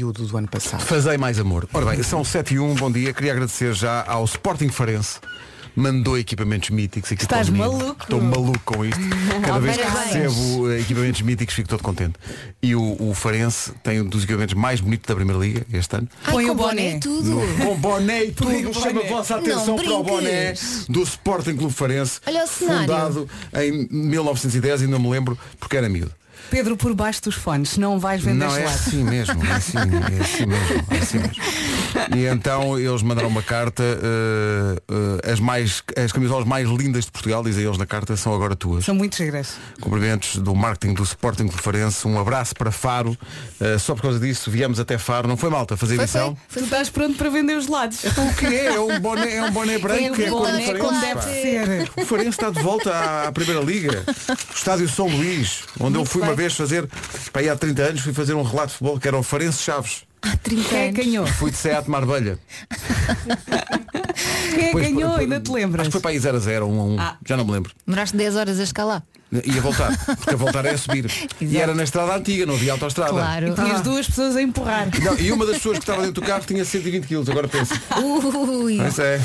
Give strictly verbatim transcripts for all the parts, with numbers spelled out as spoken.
tudo do ano passado. Fazei mais amor. Ora bem, são sete e um, bom dia. Queria agradecer já ao Sporting Farense. Mandou equipamentos míticos aqui. Estás maluco? Estou maluco com isto. Cada vez que recebo equipamentos míticos fico todo contente. E o, o Farense tem um dos equipamentos mais bonitos da Primeira Liga este ano. Ai, põe o boné e tudo. No, com boné e tudo. Chama a vossa atenção para o boné do Sporting Clube Farense. Olha o cenário. Fundado em mil novecentos e dez, ainda me lembro, porque era miúdo. Pedro, por baixo dos fones, não vais vender Não, é gelado. assim mesmo, é assim, é assim mesmo, é assim mesmo. E então eles mandaram uma carta, uh, uh, as, mais, as camisolas mais lindas de Portugal, dizem eles na carta, são agora tuas. São muito giras. Cumprimentos do marketing do Sporting Clube Farense, um abraço para Faro, uh, só por causa disso viemos até Faro, não foi malta fazer Foi, edição? foi, Tu estás pronto para vender os gelados. Então o que é? É um boné, é um boné branco, É é, um a cor do boné Farense, como pá. deve ser. O Farense está de volta à, à Primeira Liga. O Estádio São Luís, onde eu fui uma vez fazer, para aí há trinta anos, fui fazer um relato de futebol que era o Farense Chaves. Há trinta Quem é anos. que ganhou? Fui de Seat Marbella. Quem é que Depois, ganhou? por- Ainda te lembras? Acho que foi para aí zero a zero, um a um. Ah. Já não me lembro. Demoraste dez horas a escalar. Ia voltar, porque a voltar é a subir. E era na estrada antiga, não havia autoestrada. Claro. Tinhas duas pessoas a empurrar. Não, e uma das pessoas que estava dentro do carro tinha cento e vinte quilos, agora pensa. Ui. Isso é.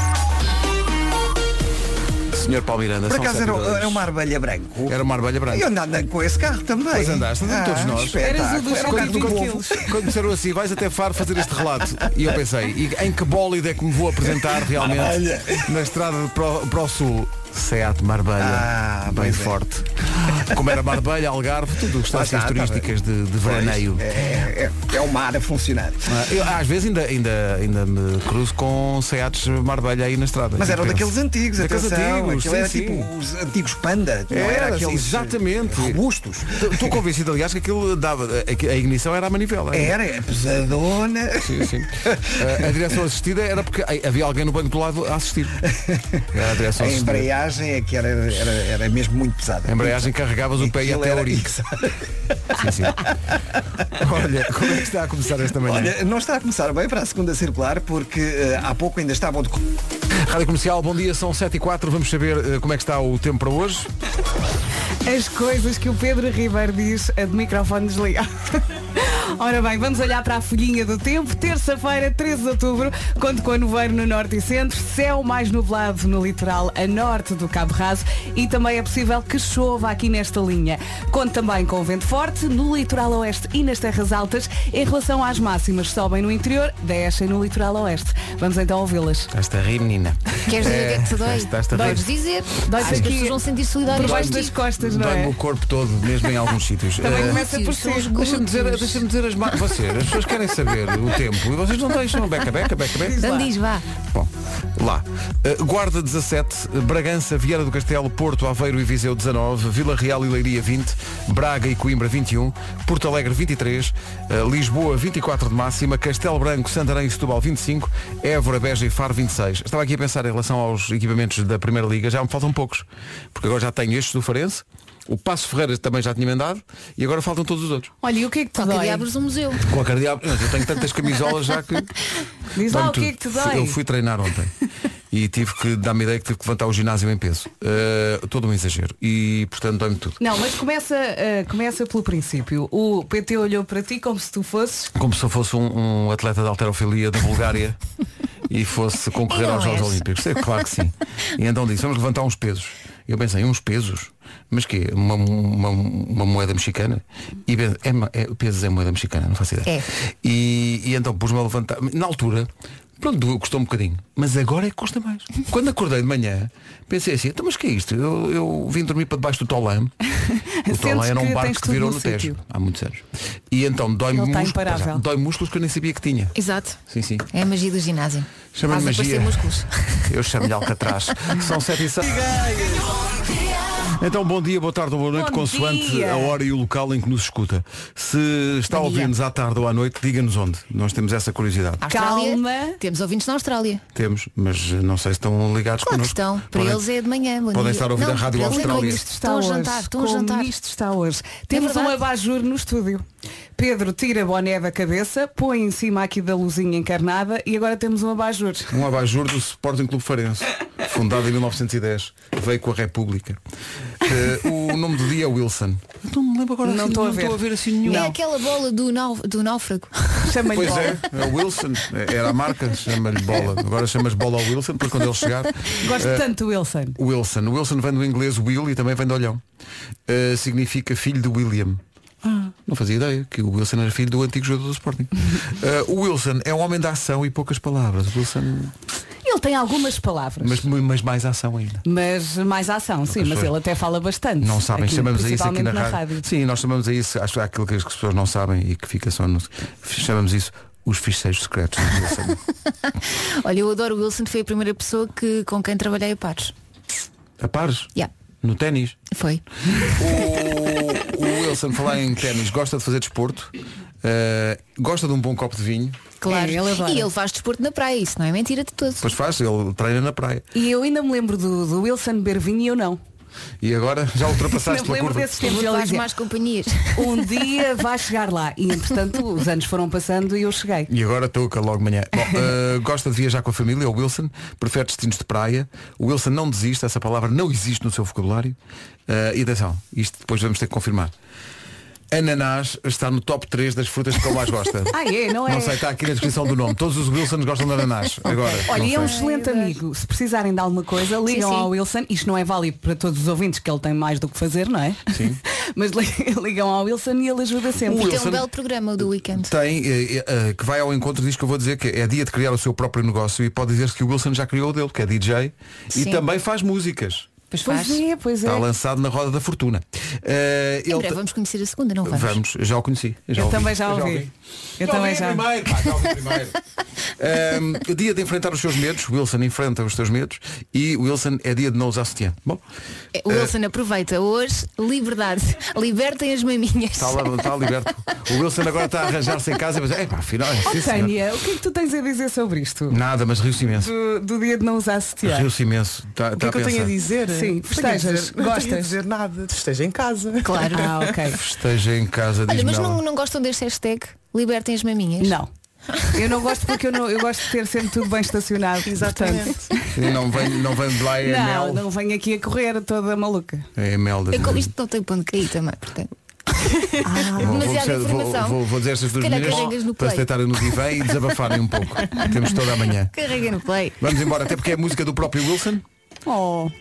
senhor Paulo Miranda. Por são acaso sete era, e dois. era uma arbelha branco. Era uma arbelha branca. Eu andava com esse carro também. Pois andaste, andamos todos nós. espetáculo. Eras o dos Era um carro cento e vinte novo. quilos. Quando disseram assim, vais até Faro fazer este relato. E eu pensei, e em que bólido é que me vou apresentar realmente Olha. na estrada para o, para o sul? Seat Marbella, Ah, bem pois é. forte. Como era Marbella, Algarve, tudo o que Lá estações está, turísticas tá de, de veraneio. É, é, é o mar a funcionar. Ah, eu, às vezes ainda, ainda, ainda me cruzo com Seats Marbella aí na estrada. Mas E eram penso, daqueles antigos, Daqueles atenção. antigos, Aquilo era sim, tipo sim. os antigos Panda. Não Era, era aqueles exatamente. robustos. Estou convencido, aliás, que aquilo dava. A, a ignição era a manivela. Era, é pesadona. Sim, sim. A, a direção assistida era porque ai, havia alguém no banco do lado a assistir. Era a direção A assistida. embreagem é que era, era, era mesmo muito pesada. A embreagem carregavas o pé e Aquilo até a era- ourique. Sim, sim. Olha, como é que está a começar esta manhã? Olha, não está a começar bem para a segunda circular porque eh, há pouco ainda estavam de... Rádio Comercial, bom dia, são sete e quatro. Vamos saber eh, como é que está o tempo para hoje. As coisas que o Pedro Ribeiro diz a de microfone desligado. Ora bem, vamos olhar para a folhinha do tempo. Terça-feira, treze de outubro, conto com a nevoeiro no norte e centro, céu mais nublado no litoral a norte do Cabo Raso e também é possível que chova aqui nesta linha. Conto também com vento forte no litoral oeste e nas terras altas. Em relação às máximas, sobem no interior, descem no litoral oeste. Vamos então ouvi-las. Estás-te a rir, menina. Queres dizer o que é que te dói? Estás-te a rir. Podes dizer. Dói-te Acho que as aqui pessoas vão sentir por solidárias baixo das contigo. costas, não Dói-me é? o corpo todo, mesmo em alguns sítios. Também Eh, começa por São os ser. Deixa-me dizer, glúteos. deixa dizer as ma... Vocês, as pessoas querem saber o tempo e vocês não deixam. Beca, beca, beca, beca. Diz lá. Então diz, vá. Bom, lá. Uh, Guarda dezassete, Bragança, Vieira do Castelo, Porto, Aveiro e Viseu dezanove, Vila Real e Leiria vinte, Braga e Coimbra vinte e um, Porto Alegre vinte e três, uh, Lisboa vinte e quatro de máxima, Castelo Branco, Santarém e Setúbal vinte e cinco, Évora, Beja e Faro vinte e seis. Estava aqui a pensar em relação aos equipamentos da Primeira Liga, já me faltam poucos, porque agora já tenho estes do Farense, o Passo Ferreira também já tinha emendado e agora faltam todos os outros. Olha, e o que é que te Qualquer dói? dia abres um museu. Qualquer dia, eu tenho tantas camisolas já que... Diz lá Dá-me o que é tudo. que te Fui- dói. Eu fui treinar ontem e tive que dar-me ideia que tive que levantar o ginásio em peso. Uh, todo um exagero. E portanto dói-me tudo. Não, mas começa, uh, começa pelo princípio. O P T olhou para ti como se tu fosses. Como se eu fosse um, um atleta de halterofilia da Bulgária e fosse concorrer E não aos Jogos és. Olímpicos. É claro que sim. E então disse, vamos levantar uns pesos. E eu pensei, uns pesos? Mas quê? Uma, uma, uma moeda mexicana? E ben- é, ma- é, pesos é moeda mexicana, não faço ideia. É. E, e então pus-me a levantar. Na altura, pronto, custou um bocadinho. Mas agora é que custa mais. Quando acordei de manhã, pensei assim, então mas que é isto? Eu, eu vim dormir para debaixo do Tolã. O Tolã Sentes era um que barco tens que tudo virou no no Tejo sítio. há muitos anos. E então dói-me Ele está músculos, imparável. dói músculos que eu nem sabia que tinha. Exato. Sim, sim. É a magia do ginásio. Chama-lhe Faz magia. aparecer músculos. Eu chamo-lhe Alcatraz. São sete e seis. Então, bom dia, boa tarde ou boa noite, Bom consoante dia. a hora e o local em que nos escuta. Se está a Bom dia. ouvir-nos à tarde ou à noite, diga-nos onde. Nós temos essa curiosidade. Austrália, Calma. Temos ouvintes na Austrália. Temos, mas eh, não sei se estão ligados Claro que connosco. estão. Para Podem- eles é de manhã. Bom podem dia. estar a ouvir Não, a Rádio para eles é Austrália. como Isto está Estão a hoje. jantar, estão a Como jantar. isto está hoje. Temos um verdade. abajur no estúdio. Pedro tira boné da cabeça, põe em cima aqui da luzinha encarnada e agora temos um abajur. Um abajur do Sporting Clube Farense, fundado em mil novecentos e dez, veio com a República. Eh, o o nome do dia é Wilson. Não me lembro agora. Não assim, estou a não ver. estou a ver assim nenhum. É aquela bola do, nau, do náufrago. Chama-lhe Pois bola. é, é o Wilson. Era a marca, chama-lhe bola. Agora chamas bola ao Wilson, depois quando ele chegar. Gosto eh, tanto do Wilson. Wilson. O Wilson vem do inglês Will e também vem de olhão. Uh, significa filho de William. Ah, não fazia ideia que o Wilson era filho do antigo jogador do Sporting. Uh, o Wilson é um homem da ação e poucas palavras. O Wilson, Ele tem algumas palavras. mas, mas mais ação ainda. Mas mais ação, sim, mas ele até fala bastante. Não sabem, aqui, chamamos a isso aqui na, principalmente rádio. rádio. Sim, nós chamamos a isso, acho que há aquilo que as pessoas não sabem e que fica só no. Chamamos isso os ficheiros secretos do Wilson. Olha, eu adoro o Wilson, foi a primeira pessoa que, com quem trabalhei a pares. A pares? Yeah. No ténis. Foi. O, o Wilson, falar em ténis, gosta de fazer desporto, uh, gosta de um bom copo de vinho, Claro. É, ele adora. E ele faz desporto na praia, isso não é mentira de todo. depois faz, ele treina na praia. E eu ainda me lembro do, do Wilson beber vinho e eu não. E agora já ultrapassaste Não me pela lembro curva. desses tempos. Ele Ele faz dizia, mais companhias. um dia vai chegar lá. E entretanto os anos foram passando e eu cheguei. E agora toca logo de manhã. Bom, uh, gosta de viajar com a família, o Wilson, prefere destinos de praia. O Wilson não desiste, essa palavra não existe no seu vocabulário. Uh, e atenção, isto depois vamos ter que confirmar. Ananás está no top três das frutas que ele mais gosta. Ah, é? Não é? Não sei, está aqui na descrição do nome. Todos os Wilsons gostam de ananás. Agora, Olha, não e é um sei. excelente amigo. Se precisarem de alguma coisa, ligam Sim, sim. ao Wilson. Isto não é válido para todos os ouvintes, que ele tem mais do que fazer, não é? Sim. Mas li- ligam ao Wilson e ele ajuda sempre. O Tem Wilson- um belo programa o do weekend. Tem, eh, eh, que vai ao encontro diz que eu vou dizer que é dia de criar o seu próprio negócio e pode dizer-se que o Wilson já criou o dele, que é D J e Sim. também faz músicas. Pois Pois faz. é, pois é. Está lançado na roda da fortuna. Eh, Em ele breve te- vamos conhecer a segunda, não vamos? Vamos, já o conheci. Já Eu ouvi. também já ouvi. Eu também já. Primeiro, pá, já ouvi primeiro. Um, dia de enfrentar os seus medos. Wilson enfrenta os seus medos e Wilson é dia de não usar sutiã. Bom, É, O Wilson aproveita hoje, liberdade. Libertem as maminhas. está lá, está liberto. O Wilson agora está a arranjar-se em casa e vai dizer, "Epá, afinal, é Oh, sim, senhor." Tânia, o que é que tu tens a dizer sobre isto? Nada, mas riu-se imenso. Do, do dia de não usar sutiã. Riu-se imenso. Está, O que está é que eu tenho a pensar. dizer? Sim, Não tenho a festejas, dizer- Não tenho a gostas? dizer nada. Esteja em casa. Claro. Ah, ok. Esteja em casa, Olha, diz-me mas não, ela. não gostam deste hashtag? Libertem as maminhas? Não. Eu não gosto porque eu, não, eu gosto de ter sempre tudo bem estacionado. Exatamente. Sim, não vem, não vem de lá, é Não, mel. não venho aqui a correr toda maluca. É mel da É como isto não tem ponto de cair também, portanto. Vou- vou demasiada dizer- vou, informação. vou- vou dizer estas duas Se calhar meninas carregas no para se play. deitarem no divã e desabafarem um pouco. Temos toda a manhã. Carrega no play. Vamos embora, até porque é a música do próprio Wilson. Oh.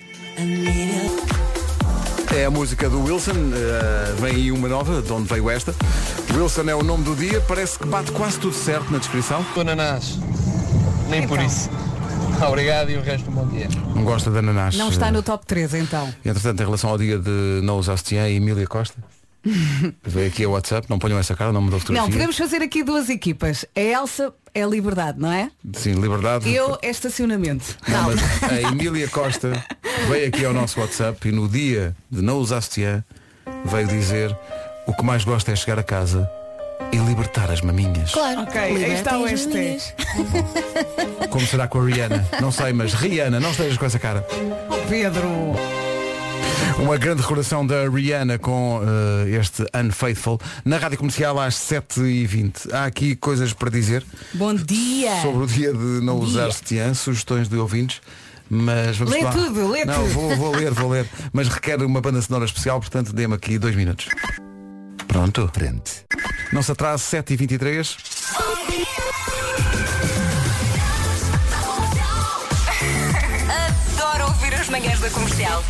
É a música do Wilson, eh, vem aí uma nova, de onde veio esta. Wilson é o nome do dia, parece que bate quase tudo certo na descrição. Ananás. Nem por isso. Obrigado e o resto um bom dia. Não gosta de ananás. Não está no top três então. Entretanto, em relação ao dia de não usar sutiã, a Emília Costa veio aqui a WhatsApp, não ponham essa cara, não me dou fotografia. Não, podemos fazer aqui duas equipas. A Elsa é liberdade, não é? Sim, liberdade. Eu é estacionamento. Não, mas a Emília Costa veio aqui ao nosso WhatsApp e no dia de não usar sutiã veio dizer o que mais gosta é chegar a casa e libertar as maminhas. Claro. Ok, aí está o Libertem as hashtag. maminhas. Como será com a Rihanna? Não sei, mas Rihanna, não estejas com essa cara. Pedro. Uma grande recordação da Rihanna com eh, este Unfaithful na Rádio Comercial às sete e vinte. Há aqui coisas para dizer Bom dia. sobre o dia de não usar sutiã, sugestões de ouvintes. Mas vamos Lê lá. tudo, lê Não, tudo. vou, vou ler, vou ler. Mas requer uma banda sonora especial, portanto dê-me aqui dois minutos. Pronto. Frente. Não se atrase, sete e vinte e três. Adoro ouvir as manhãs da comercial.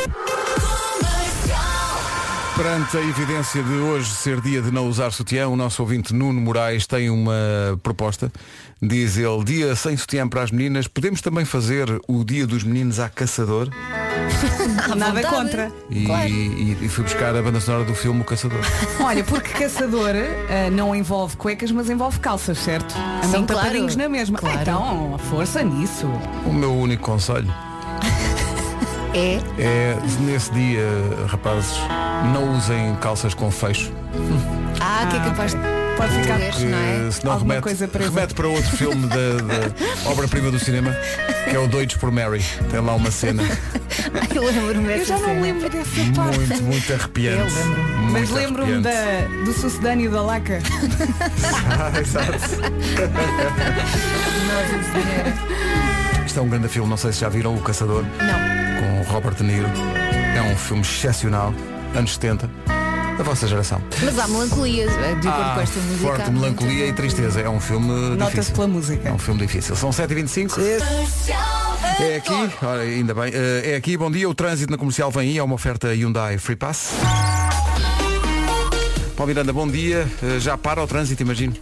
Perante a evidência de hoje ser dia de não usar sutiã, o nosso ouvinte Nuno Moraes tem uma proposta. Diz ele, dia sem sutiã para as meninas. Podemos também fazer o dia dos meninos à caçador? À Nada vontade. contra. E, Claro. e, e fui buscar a banda sonora do filme O Caçador. Olha, porque caçador ah, não envolve cuecas, mas envolve calças, certo? Andam Sim, claro. tapadinhos na mesma. Claro. Então, força nisso. O meu único conselho É. é, nesse dia, rapazes, não usem calças com fecho. Ah, que é capaz de Pode ficar. poderes, não é? Que, senão Alguma remete, coisa presa. remete para outro filme da, da obra-prima do cinema, que é o Doidos por Mary. Tem lá uma cena Eu lembro-me Eu dessa já não cena. lembro dessa parte. muito, muito arrepiante. Eu lembro-me. Muito Mas lembro-me arrepiante. da, do sucedâneo da Laca. Ah, exato. Isto é um grande filme, não sei se já viram O Caçador, Não. com o Robert De Niro. É um filme excepcional. anos setenta. A vossa geração. Mas há melancolia de acordo Ah, com esta música. forte melancolia e tristeza. É um filme Nota-se difícil. pela música. É um filme difícil. São sete e vinte e cinco. É aqui, ora, ainda bem. É aqui, bom dia. O trânsito na comercial vem aí. É uma oferta Hyundai Free Pass. Paulo Miranda, bom dia. Já para o trânsito, imagino.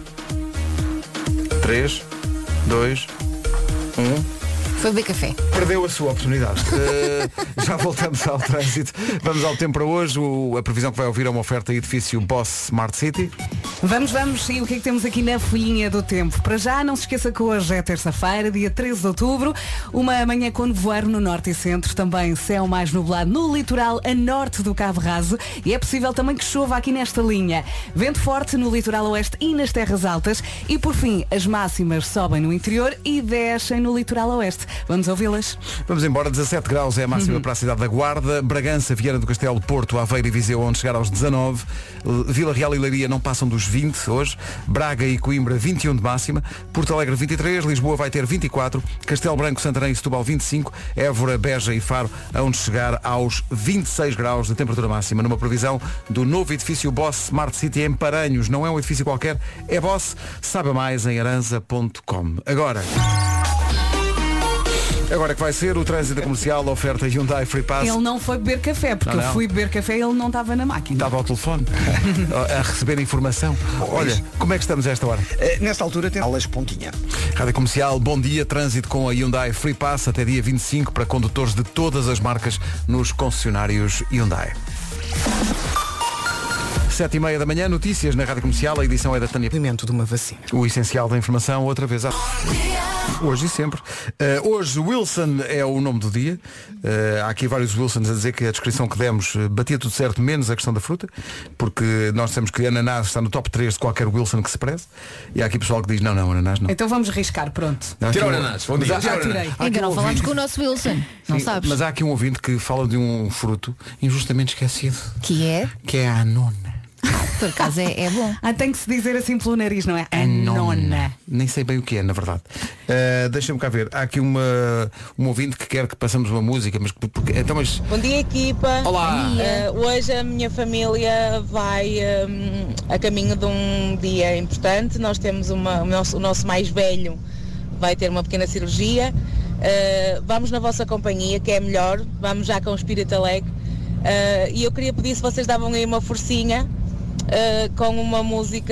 três, dois, um. Foi beber café. Perdeu a sua oportunidade. Uh, já voltamos ao trânsito. Vamos ao tempo para hoje. O, a previsão que vai ouvir é uma oferta edifício Boss Smart City. Vamos, vamos, e o que é que temos aqui na folhinha do tempo? Para já, não se esqueça que hoje é terça-feira, dia treze de outubro, uma manhã com nevoeiro no norte e centro, também céu mais nublado no litoral a norte do Cabo Raso e é possível também que chova aqui nesta linha. Vento forte no litoral oeste e nas terras altas e, por fim, as máximas sobem no interior e descem no litoral oeste. Vamos ouvi-las? Vamos embora, dezassete graus é a máxima uhum. para a cidade da Guarda, Bragança, Viana do Castelo, Porto, Aveiro e Viseu, onde chegar aos dezanove, Vila Real e Leiria não passam dos vinte hoje, Braga e Coimbra vinte e um de máxima, Porto Alegre vinte e três, Lisboa vai ter vinte e quatro, Castelo Branco, Santarém e Setúbal vinte e cinco, Évora, Beja e Faro, onde chegar aos vinte e seis graus de temperatura máxima, numa previsão do novo edifício Boss Smart City em Paranhos. Não é um edifício qualquer, é Boss. Saiba mais em aranza ponto com. Agora... Agora que vai ser o trânsito comercial, a oferta Hyundai Free Pass. Ele não foi beber café, porque não, não. eu fui beber café e ele não estava na máquina. Estava ao telefone, a receber informação. Olha, como é que estamos a esta hora? Uh, nesta altura tem aulas pontinha. Rádio Comercial, bom dia, trânsito com a Hyundai Free Pass até dia vinte e cinco para condutores de todas as marcas nos concessionários Hyundai. Sete e meia da manhã, notícias na Rádio Comercial, a edição é da Tânia Pimento de uma vacina. O essencial da informação, outra vez à... Hoje e sempre. Uh, hoje Wilson é o nome do dia. Uh, há aqui vários Wilsons a dizer que a descrição que demos uh, batia tudo certo, menos a questão da fruta, porque nós dissemos que ananás está no top três de qualquer Wilson que se preze. E há aqui pessoal que diz, não, não, ananás não. Então vamos riscar, pronto. Tira o ananás. Bom dia. Já tirei. Ainda não falamos com o nosso Wilson. Não Sim, sabes? mas há aqui um ouvinte que fala de um fruto injustamente esquecido. Que é? Que é a anona. Por acaso é, é bom. Ah, tem que se dizer assim pelo nariz, não é? Anona. Nem sei bem o que é, na verdade. Uh, Deixa-me cá ver. Há aqui uma, um ouvinte que quer que passemos uma música, mas porque. Então, mas... Bom dia, equipa. Olá. Uh, hoje a minha família vai um, a caminho de um dia importante. Nós temos uma, o, nosso, o nosso mais velho vai ter uma pequena cirurgia. Uh, vamos na vossa companhia, que é melhor. Vamos já com o espírito alegre. Uh, e eu queria pedir se vocês davam aí uma forcinha. Uh, com uma música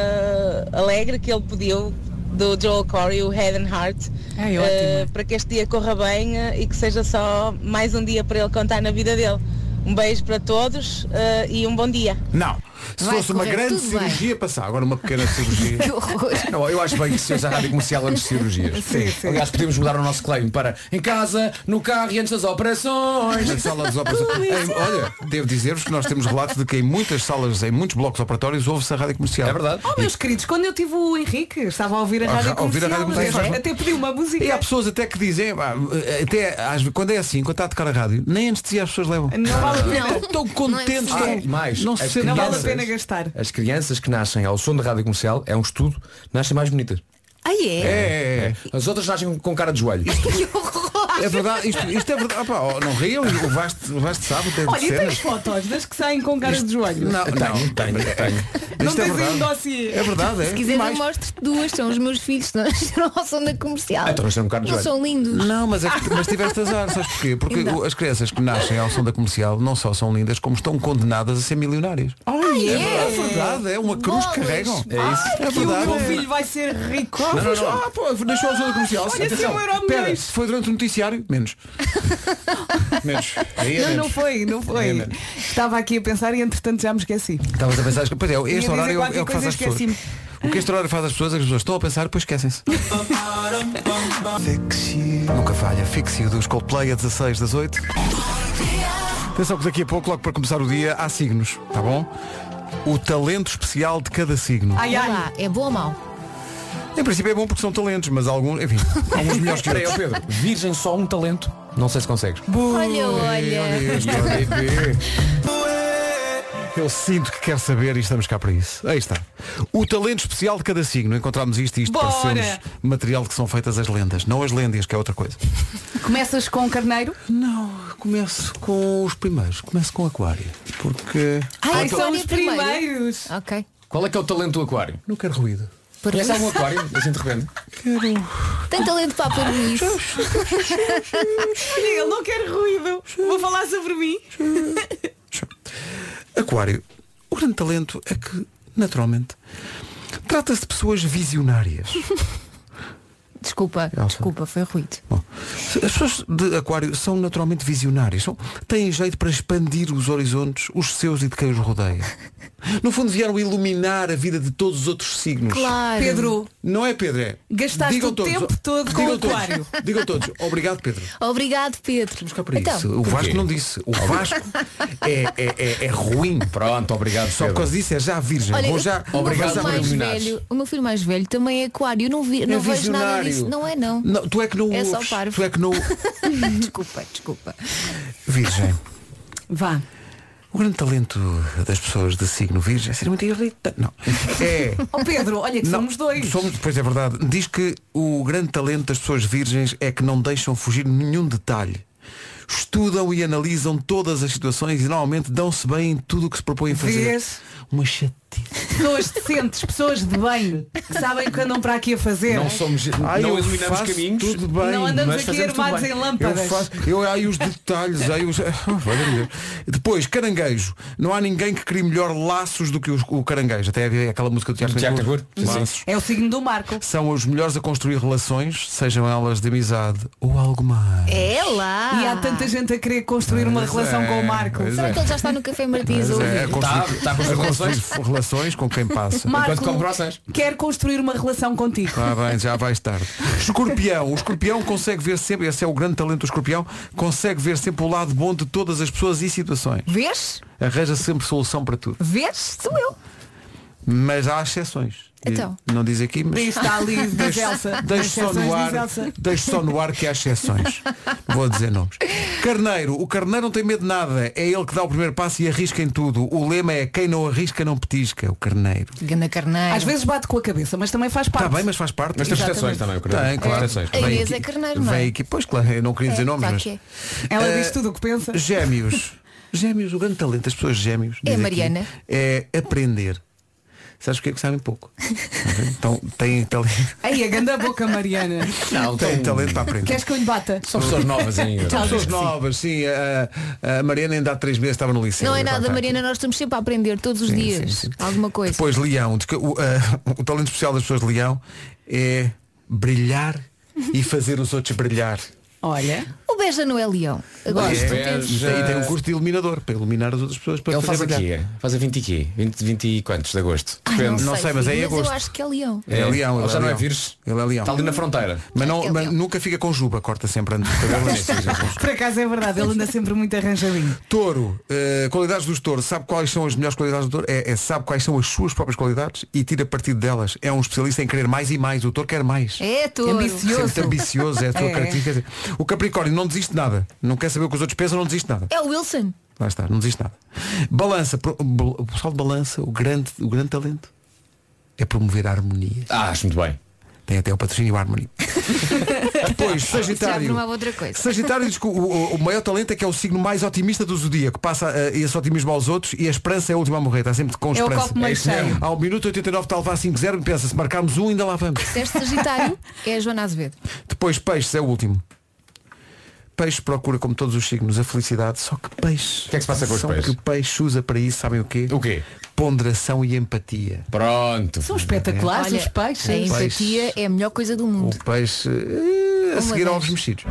alegre que ele pediu do Joel Corey, o Head and Heart, Ai, uh, para que este dia corra bem uh, e que seja só mais um dia para ele contar na vida dele. Um beijo para todos uh, e um bom dia. Não. Se Vai fosse uma correr grande tudo cirurgia, bem. passar. Agora uma pequena cirurgia. Que horror. Não, eu acho bem que se usa a rádio comercial antes de cirurgias. Sim, sim. Aliás, podemos mudar o nosso claim para em casa, no carro e antes das operações. Na sala das operações. Em, olha, devo dizer-vos que nós temos relatos de que em muitas salas, em muitos blocos operatórios, ouve-se a rádio comercial. É verdade. Oh, meus queridos, quando eu tive o Henrique, estava a ouvir a Ah, rádio a ouvir a comercial, rádio comercial. até pediu uma música. E há pessoas até que dizem, ah, até às vezes, quando é assim, quando está a tocar a rádio, nem anestesia as pessoas levam. Não vale a pena. Não. Estão contentes, Não é estão. Ah, mais, não as se sentem Não vale a crianças- pena gastar. As crianças que nascem ao som da rádio comercial, é um estudo, nascem mais bonitas. Ah, é? É, é, é. As outras nascem com cara de joelho. Que horror. É verdade, isto, isto é verdade. Ah, pá, oh, não riam, o Vasco, o Vasco sabe, tem Olha, e cenas. tens fotos das que saem com cara de joelho? Não, não, Tenho, tenho, tenho. Não Isto é tens aí um verdade. dossiê. É verdade, é. Se quiser E eu mais. mostro-te duas, são os meus filhos, que nasceram ao som da comercial. Ah, então nasceram com cara de Não joelho. são lindos. Não, mas, é que, mas tiveste azar, sabes porquê? Porque Ainda. o- as crianças que nascem ao som da comercial não só são lindas, como estão condenadas a ser milionárias. Ah, É é? verdade, é uma cruz que Bolas. carregam. É isso. É E o verdade. meu é. filho vai ser rico. Ah, pois, ah, pô, deixou ao som da comercial. Olha, se um euro Espera, milhões. se foi durante o noticiário, menos. Menos. Aí é Não, menos. não foi, não foi. É menos. Estava aqui a pensar e entretanto já me esqueci. Estavas a pensar, que- pois é, este dizer horário é o- qualquer é o que faz coisa, as pessoas. esqueci-me. O que este horário faz as pessoas, as pessoas estão a pensar e depois esquecem-se. Nunca falha, Fixio dos Coldplay a dezasseis das oito. Atenção que daqui a pouco, logo para começar o dia, há signos, tá bom? O talento especial de cada signo. Ai, Olha ai. lá, é bom ou mau? Em princípio é bom porque são talentos, mas alguns, enfim, alguns melhores que Espera aí, ó outros. Pedro, virgem só um talento. Não sei se consegues. Olha, olha. Olha isto, olha. Eu sinto que quer saber e estamos cá para isso. Aí está. O talento especial de cada signo. Encontramos isto e isto Bora! parecemos material de que são feitas as lendas. Não as lendas, que é outra coisa. Começas com carneiro? Não, começo com os primeiros. Começo com aquário. Porque... Ai, então- são Aquário os primeiro. primeiros. Ok. Qual é que é o talento do aquário? Não quero ruído. Conhece algum aquário? Assim de repente. Tem talento para pôr isso. Olha, ele não quer ruído. Vou falar sobre mim. Aquário. O grande talento é que, naturalmente, trata-se de pessoas visionárias. Desculpa, Elsa. desculpa, foi ruído. Bom, as pessoas de aquário são naturalmente visionárias. São, têm jeito para expandir os horizontes, os seus e de quem os rodeia. No fundo vieram iluminar a vida de todos os outros signos. Claro. Pedro, Não é, Pedro? É. gastaste Digam o todos, tempo todo com digam o todos, aquário. Digam todos. Obrigado, Pedro. Obrigado, Pedro. Vamos cá para Então, isso. O Vasco não disse. O Vasco é, é, é, é ruim. Pronto, obrigado, Só por Pedro. causa disso é já virgem. olha, Vou já. o, meu Obrigado filho por mais iluminares. velho, o meu filho mais velho também é aquário. Eu não, vi, não É vejo nada visionário. disso. Não é não. Não, tu é que não É só ouves. parvo. Tu é que não. Desculpa, desculpa. Virgem. Vá. O grande talento das pessoas de signo virgem é ser muito irritante. Não. É. Ó Pedro, olha que Não, somos dois. somos- pois é verdade. Diz que o grande talento das pessoas virgens é que não deixam fugir nenhum detalhe. Estudam e analisam todas as situações e normalmente dão-se bem em tudo o que se propõem a fazer. Vês? Uma chatice. Pessoas decentes, pessoas de bem, que sabem o que andam para aqui a fazer. Não somos. Ai, não eu iluminamos faço caminhos. tudo bem. Não andamos mas aqui fazemos tudo armados bem. em Eu lâmpadas. faço, eu ai os detalhes, ai os. Oh, valha-me Deus. Depois, caranguejo. Não há ninguém que crie melhor laços do que os- o caranguejo. Até havia aquela música do Tiago Tiago Tencourt. Tencourt, sim. Laços. É o signo do Marco. São os melhores a construir relações, sejam elas de amizade ou algo mais. É lá. E há tanta gente a querer construir uma Pois relação é, com o Marco. pois Será é. que ele já está no Café Martins a Mas ouvir? é, a construir, Tá- tá a construir a construir relações? relações com quem passa. Marco Enquanto come croissants. quer construir uma relação contigo. Ah, bem, já vais tarde. Escorpião. O escorpião consegue ver sempre, esse é o grande talento do escorpião, consegue ver sempre o lado bom de todas as pessoas e situações. Vês? Arranja sempre solução para tudo. Vês? Sou eu. Mas há exceções. Então. Não diz aqui, mas Isso está ali, diz Elsa. deixo só no Exceções, ar, diz Elsa. deixo só no ar que há exceções. Vou dizer nomes. Carneiro. O carneiro não tem medo de nada. É ele que dá o primeiro passo e arrisca em tudo. O lema é quem não arrisca não petisca. O carneiro. Gana carneiro. Às vezes bate com a cabeça, mas também faz parte. Está bem, mas faz parte. Mas tem Exatamente. proteções também, eu creio. Tem, claro. Proteções. A Inês Vem é aqui- carneiro, não é? Vem aqui, pois claro, eu não queria dizer É, nomes, claro mas. que é. Ela Eh, diz tudo o que pensa. Gêmeos. Gêmeos, o grande talento das pessoas gêmeos. É diz a aqui, Mariana. É aprender. Sabes porque é que sabem pouco? Então têm talento, Aí, a ganda boca, Mariana. Não, têm então, talento para aprender. Queres que eu lhe bata? são pessoas novas ainda. Talvez Pessoas sim. novas, sim. A, a Mariana ainda há três meses estava no liceu. Não é nada, Tá. Mariana, nós estamos sempre a aprender todos os Sim, dias. sim, sim. Alguma coisa. Depois, leão. Diz que O, ah, o talento especial das pessoas de leão é brilhar e fazer os outros brilhar. Olha, O Beja não é leão. Agora, É, se tu Beja. penses- E tem um curso de iluminador para iluminar as outras pessoas para Ele fazer faz brilhar. aqui, faz a vinte e quê? vinte, vinte e quantos de agosto? Ai, Depende. não sei, mas é em filho, agosto. eu acho que é leão. Ele é leão. Ele Ele já é não é leão. vírus? Ele é leão. Está ali na fronteira. Mas, não, É mas leão. nunca fica com juba, corta sempre antes do cabelo. por acaso é verdade, ele anda sempre muito arranjadinho. Touro, eh, qualidades dos touros. Sabe quais são as melhores qualidades do touro? É, é sabe quais são as suas próprias qualidades e tira partido delas. É um especialista em querer mais e mais. O touro quer mais. É touro. Ambicioso. Sempre ambicioso, é a sua É. característica. O Capricórnio não desiste de nada. Não quer saber o que os outros pensam, não desiste de nada. É o Wilson. Lá está, não desiste de nada. Balança, pro- o pessoal de balança, o grande, o grande talento é promover a harmonia. Ah, acho muito bem. Tem até o patrocínio Harmony. Depois, Já Sagitário. formava outra coisa. Sagitário diz que o, o- o maior talento é que é o signo mais otimista do zodíaco. Passa uh, esse otimismo aos outros e a esperança é a última a morrer. Está sempre com É o esperança. copo meio isso mesmo. cheio. Ao minuto oitenta e nove está a levar cinco zero e pensa, se marcarmos um ainda lá vamos. Se és Sagitário, é a Joana Azevedo. Depois peixes é o último. Peixe procura, como todos os signos, a felicidade, só que peixe. O que é que se passa com os só peixes? que o peixe usa para isso, sabem o quê? O quê? Ponderação e empatia. Pronto. São espetaculares Olha, os peixes. a empatia é a melhor coisa do mundo. O peixe eh, a Uma seguir das. ovos mexidos.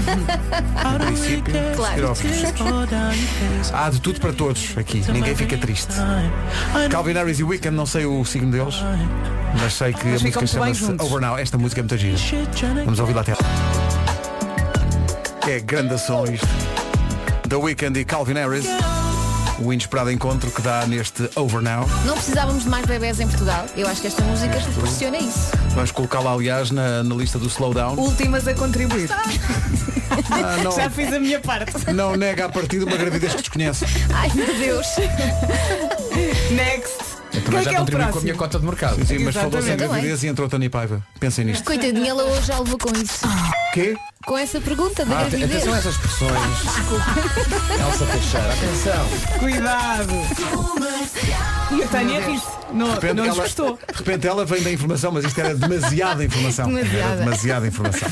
No princípio, a seguir Claro. ovos mexidos. Há de tudo para todos aqui. Ninguém fica triste. Calvin Harris e Weekend, não sei o signo deles, mas sei que Mas a ficam música muito bem chama-se juntos. Over Now. Esta música é muito gira. Vamos ouvir lá até. É grande som isto. The Weeknd e Calvin Harris. O inesperado encontro que dá neste Over Now. Não precisávamos de mais bebés em Portugal. Eu acho que esta música proporciona isso. Vamos colocá-la, aliás, na, na lista do Slowdown. Últimas a contribuir. Ah, não, Já fiz a minha parte. não nega a partir de uma gravidez que desconhece. Ai meu Deus. Next. Eu Quem também é já que é o contribuí com a próximo? minha cota de mercado. Sim, mas faltou sem Exatamente. gravidez e entrou Tony Paiva. Pensem nisto. Coitadinha, ela hoje já levou com isso. Quê? Com essa pergunta da Ah, gravidez. atenção a essas expressões. Elsa Teixeira, atenção. Cuidado. E a Tânia ri-se. Não, De repente não nos ela- gostou. De repente ela vem da informação, mas isto era demasiada informação. Demasiada. Era demasiada informação.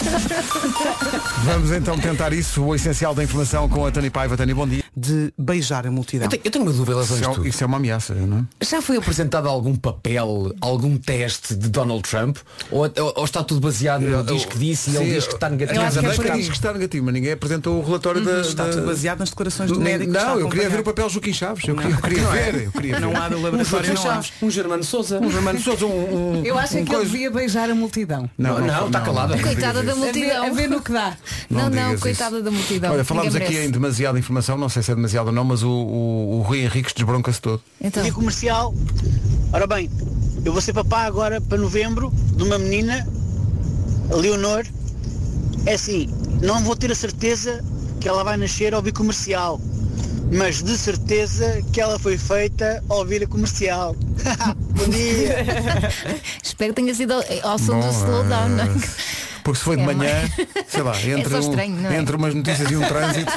Vamos então tentar isso, o essencial da informação com a Tânia Paiva. Tânia, bom dia. De beijar a multidão. Eu tenho, eu tenho uma dúvida em relação a Isso isto é, tudo. isso é uma ameaça, não é? Já foi apresentado algum papel, algum teste de Donald Trump? Ou, ou- ou está tudo baseado no diz que disse e ele Sim, diz que está negativo? A acho que é América por aí. diz que está negativo, mas ninguém apresentou o relatório da, Está da- tudo baseado nas declarações do Nem- médico. que está Não, a eu queria ver o acompanhar. papel Joaquim Chaves. Eu queria, eu queria ver. Eu queria ver. Não há do Um laboratório, Joaquim não há. Chaves, um Germano Souza. Um Germano Sousa, um, um, Eu acho um é que ele coisa- devia beijar a multidão. Não, não, está calada. Coitada da A ver, multidão. a ver no que dá. Não, Não não, digas coitada isso. da multidão. Olha, falámos Ninguém aqui merece. em demasiada informação, não sei se é demasiado ou não, mas o, o, o Rui Henriques desbronca-se todo. Então, Dia comercial. Ora bem, eu vou ser papá agora para novembro de uma menina, a Leonor. É assim, não vou ter a certeza que ela vai nascer ao ouvir comercial, mas de certeza que ela foi feita ao ouvir a comercial. Bom dia! espero que tenha sido ao, ao som Bom, do slowdown, não é? eh, Porque se foi de É manhã, mais- sei lá, entre, só um- estranho, não é? entre umas notícias e um trânsito.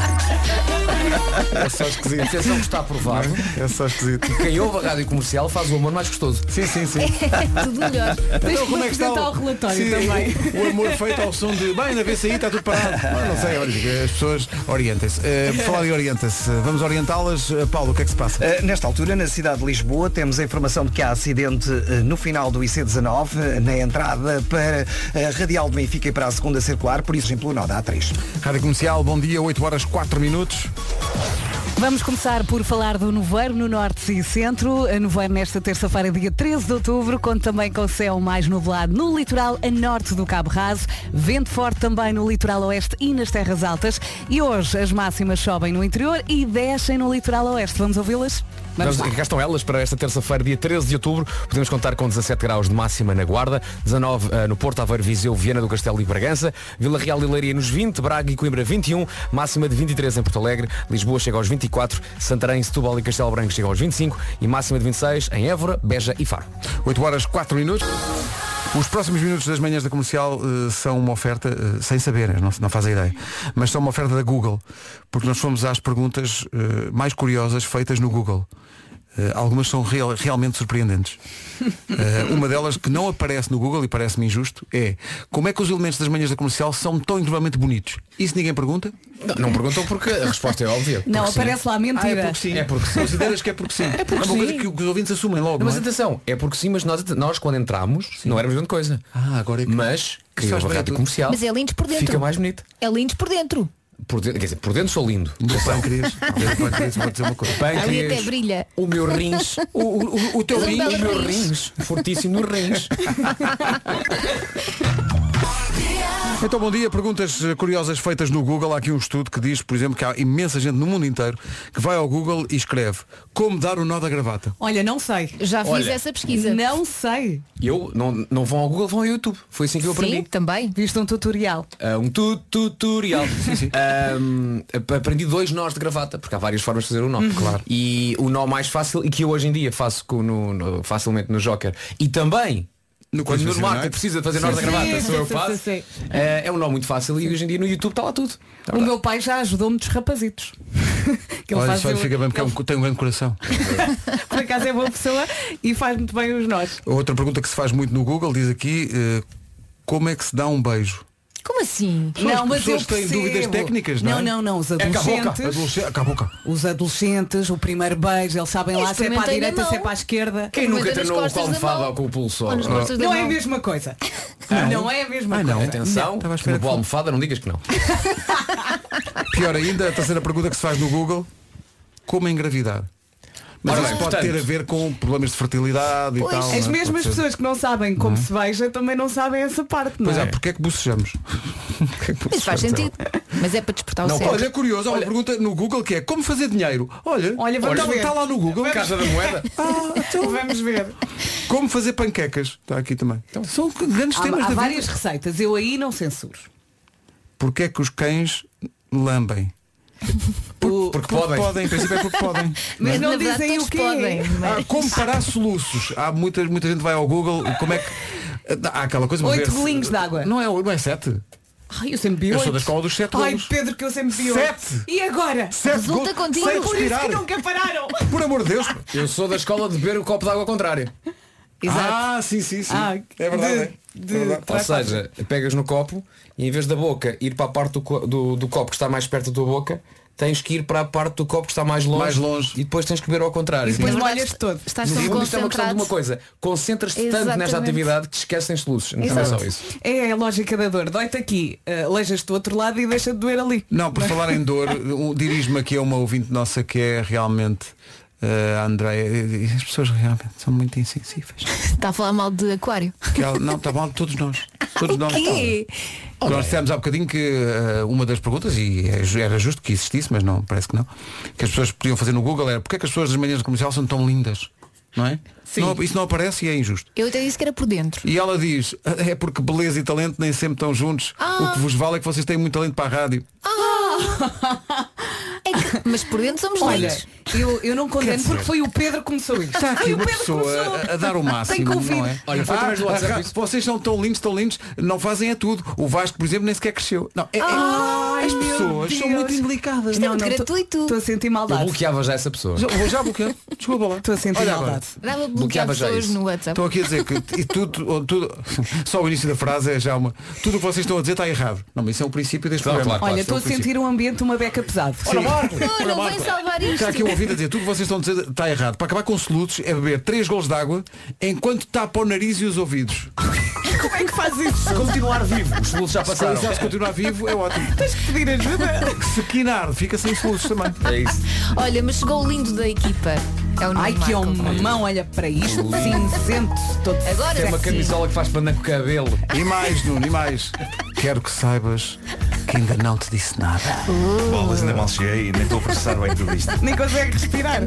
É só esquisito. Atenção que está aprovado. É só esquisito. Quem ouve a rádio comercial faz o amor mais gostoso. Sim, sim, sim. Tudo melhor. Tens Então, que me apresentar o relatório Sim, também. O amor feito ao som de bem, na V C I está tudo parado. Ah, não sei, olha, as pessoas orientem-se. Uh, por falar em orienta-se, vamos orientá-las. Uh, Paulo, o que é que se passa? Uh, nesta altura, na cidade de Lisboa, temos a informação de que há acidente uh, no final do I C dezanove, uh, na entrada para a Radial de Benfica e para a segunda circular, por isso, pelo nó da A três. Rádio Comercial, bom dia, oito horas quatro minutos. Vamos começar por falar do nevoeiro no Norte e Centro. A nevoeiro nesta terça-feira, dia treze de outubro, conta também com céu mais nublado no litoral a norte do Cabo Raso, vento forte também no litoral oeste e nas terras altas. E hoje as máximas sobem no interior e descem no litoral oeste. Vamos ouvi-las? Vamos lá. Vamos, cá estão elas para esta terça-feira, dia treze de outubro. Podemos contar com dezassete graus de máxima na Guarda, dezanove uh, no Porto, Aveiro, Viseu, Viana do Castelo e Bragança, Vila Real e Leiria nos vinte, Braga e Coimbra vinte e um, máxima de vinte e três em Porto Alegre, Lisboa chega aos vinte e quatro, Santarém, Setúbal e Castelo Branco chegam aos vinte e cinco e máxima de vinte e seis em Évora, Beja e Faro. oito horas quatro minutos. Os próximos minutos das manhãs da comercial uh, são uma oferta, uh, sem saber, não, não fazem ideia, mas são uma oferta da Google, porque nós fomos às perguntas uh, mais curiosas feitas no Google. Uh, algumas são real, realmente surpreendentes. Uh, uma delas que não aparece no Google e parece-me injusto é como é que os elementos das manhãs da comercial são tão incrivelmente bonitos? Isso ninguém pergunta? Não, não perguntam porque a resposta é óbvia. Não, Porque sim. aparece lá a mentira. Ah, é porque sim. É porque sim. Consideras que é porque sim. É, porque uma coisa sim. que os ouvintes assumem logo. Não, mas não é? atenção, é porque sim, mas nós, nós quando entramos não éramos grande coisa. Ah, agora é que... Mas quem faz ouve a bem a rádio tudo. comercial Mas é lindo por dentro. fica mais bonito. É lindo por dentro. Por dentro, quer dizer, por dentro sou lindo. O pâncreas. O pâncreas, vou dizer uma coisa. Ali até brilha. O meu rins. O, o, o teu Um rins. belo O meu rins. rins. Fortíssimo no rins. Então, bom dia. Perguntas eh, curiosas feitas no Google. Há aqui um estudo que diz, por exemplo, que há imensa gente no mundo inteiro que vai ao Google e escreve como dar o nó da gravata. Olha, não sei. Já fiz Olha, essa pesquisa. Não sei. Eu não, não vão ao Google, vão ao YouTube. Foi assim que eu Sim, aprendi. também. Viste um tutorial. Uh, um tu tutorial. sim, sim. Um, ap- aprendi dois nós de gravata, porque há várias formas de fazer o nó. Claro. E o nó mais fácil, e que eu hoje em dia faço com, no, no- facilmente no Joker, e também No quando Quiz no marco Nacional. precisa de fazer nós da Sim, gravata, sim, sou eu sim, que faço. sim, sim. É, é um nó muito fácil e hoje em dia no YouTube está lá tudo. É O meu pai já ajudou-me dos rapazitos. Que ele Olha, faz isso aí o- fica bem porque é um- tem um grande coração. Por acaso é boa pessoa e faz muito bem os nós. Outra pergunta que se faz muito no Google diz aqui eh, como é que se dá um beijo? Como assim? São as pessoas que têm dúvidas técnicas, não é? Não, não, não. Os É com a boca. adolescentes. Adolescente, com a boca. Os adolescentes, o primeiro beijo, eles sabem Eu lá se é para a experimentei na direita, mão. se é para a esquerda. Quem nunca Comenta nas treinou com a costas da almofada mão. ou com o pulso? Ou nas costas da Não é a mão. mesma coisa. Não é a mesma Ah, coisa. não. Atenção, Estava à espera uma que boa fosse. almofada, não digas que não. Pior ainda, a terceira pergunta que se faz no Google, como engravidar? Mas Ora isso bem, pode portanto- ter a ver com problemas de fertilidade e Pois. tal. As não é? mesmas Pode ser. pessoas que não sabem como se beija também não sabem essa parte, não Pois é, é? porque é que bocejamos? Porque é que Isso faz bocejamos? sentido. Mas é para despertar o Não, cérebro. olha, é curioso, há uma pergunta no Google que é como fazer dinheiro? Olha, Olha, vamos está, ver. está lá no Google. Casa da Moeda. Ah, então, Vamos ver. como fazer panquecas? Está aqui também. São grandes Há, temas há da várias vida. receitas, eu aí não censuro. Porque é que os cães lambem? Porque, porque podem. podem, em princípio é porque podem. Mas Na não verdade, dizem o todos quê? podem, mas- Ah, como parar soluços? Há muita, muita gente vai ao Google, como é que. Há aquela coisa. Oito ver se- golinhos de água. Não é, não é sete. Ai, eu sempre vi Eu oito. sou da escola dos sete Ai, golos. Pedro, que eu sempre vi Sete. oito. E agora? Sete Resulta golos contigo. sem Por isso respirar. que nunca pararam. Por amor de Deus. Eu sou da escola de beber o copo de água ao contrário. Ah, sim, sim, sim. Ah, é verdade. de- é. de- É verdade. Ou Traz para seja, pegas no copo e em vez da boca ir para a parte do, co- do, do copo que está mais perto da tua boca, tens que ir para a parte do copo que está mais longe, Mais longe. e depois tens que beber ao contrário. E depois Na verdade, molhas todo. Estás No tão fundo, isto é uma questão de uma concentrado. coisa. Concentras-te tanto Exatamente. nesta atividade que te esquecem soluços. Não é só isso. É a lógica da dor. Dói-te aqui, uh, leijas-te do outro lado e deixa de doer ali. Não, por falar em dor, um- dirijo-me aqui a uma ouvinte nossa que é realmente uh, a Andréia. E as pessoas realmente são muito insensíveis. Está a falar mal de aquário. Que ela- não, está mal de todos nós. Todos nós. quê? Nós dissemos há bocadinho que uh, uma das perguntas, e é ju- era justo que existisse, mas não, parece que não, que as pessoas podiam fazer no Google era porque é que as pessoas das manhãs do comercial são tão lindas? Não é? Sim. Não, isso não aparece e é injusto. Eu até disse que era por dentro. E ela diz, é porque beleza e talento nem sempre estão juntos. Ah. O que vos vale é que vocês têm muito talento para a rádio. É que- mas por dentro somos Olha, lindos. eu, eu não condeno dizer- porque foi o Pedro que começou isto. Está aqui Foi o uma Pedro que pessoa começou. a, a dar o máximo, Tem que ouvir. não é? Olha, foi através do WhatsApp ah, isso. vocês são tão lindos, tão lindos, não fazem é tudo. O Vasco, por exemplo, nem sequer cresceu. Não, é, é- Ai, as meu pessoas são Deus. muito indelicadas. Isto é Não, muito não, tô- gratuito. Estou a sentir Eu maldade. bloqueava já essa pessoa. Já, vou já bloquear. Desculpa lá. Estou a sentir Olha agora. maldade. Dava bloquear Bloqueava já pessoas isso. no WhatsApp. Estou aqui a dizer que e tudo, tudo, só o início da frase é já uma. Tudo o que vocês estão a dizer está errado. Não, mas isso é o princípio deste Claro, programa. claro, Olha, claro, estou a Esse é o sentir um ambiente, uma beca pesado. Ora, Marco, Não, não vem salvar isto. Está aqui um ouvido a dizer, tudo o que vocês estão a dizer está errado. Para acabar com solutos é beber três golos de água enquanto tapa o nariz e os ouvidos. Como é que faz isso? Continuar vivo. Os soluços já passaram. Já se continuar vivo é ótimo. Tens que pedir ajuda. Se quinar, fica sem solutos também. É isso. Olha, mas chegou o lindo da equipa. É o Ai, Nuno que Marco. homão, olha para isto. Cinzento, todo Agora Tem uma sim. camisola que faz pandan com o cabelo. E mais, Nuno, e mais. Quero que saibas que ainda não te disse nada. Bolas, ainda mal cheguei e nem estou a processar bem tudo isto. Nem consegue respirar.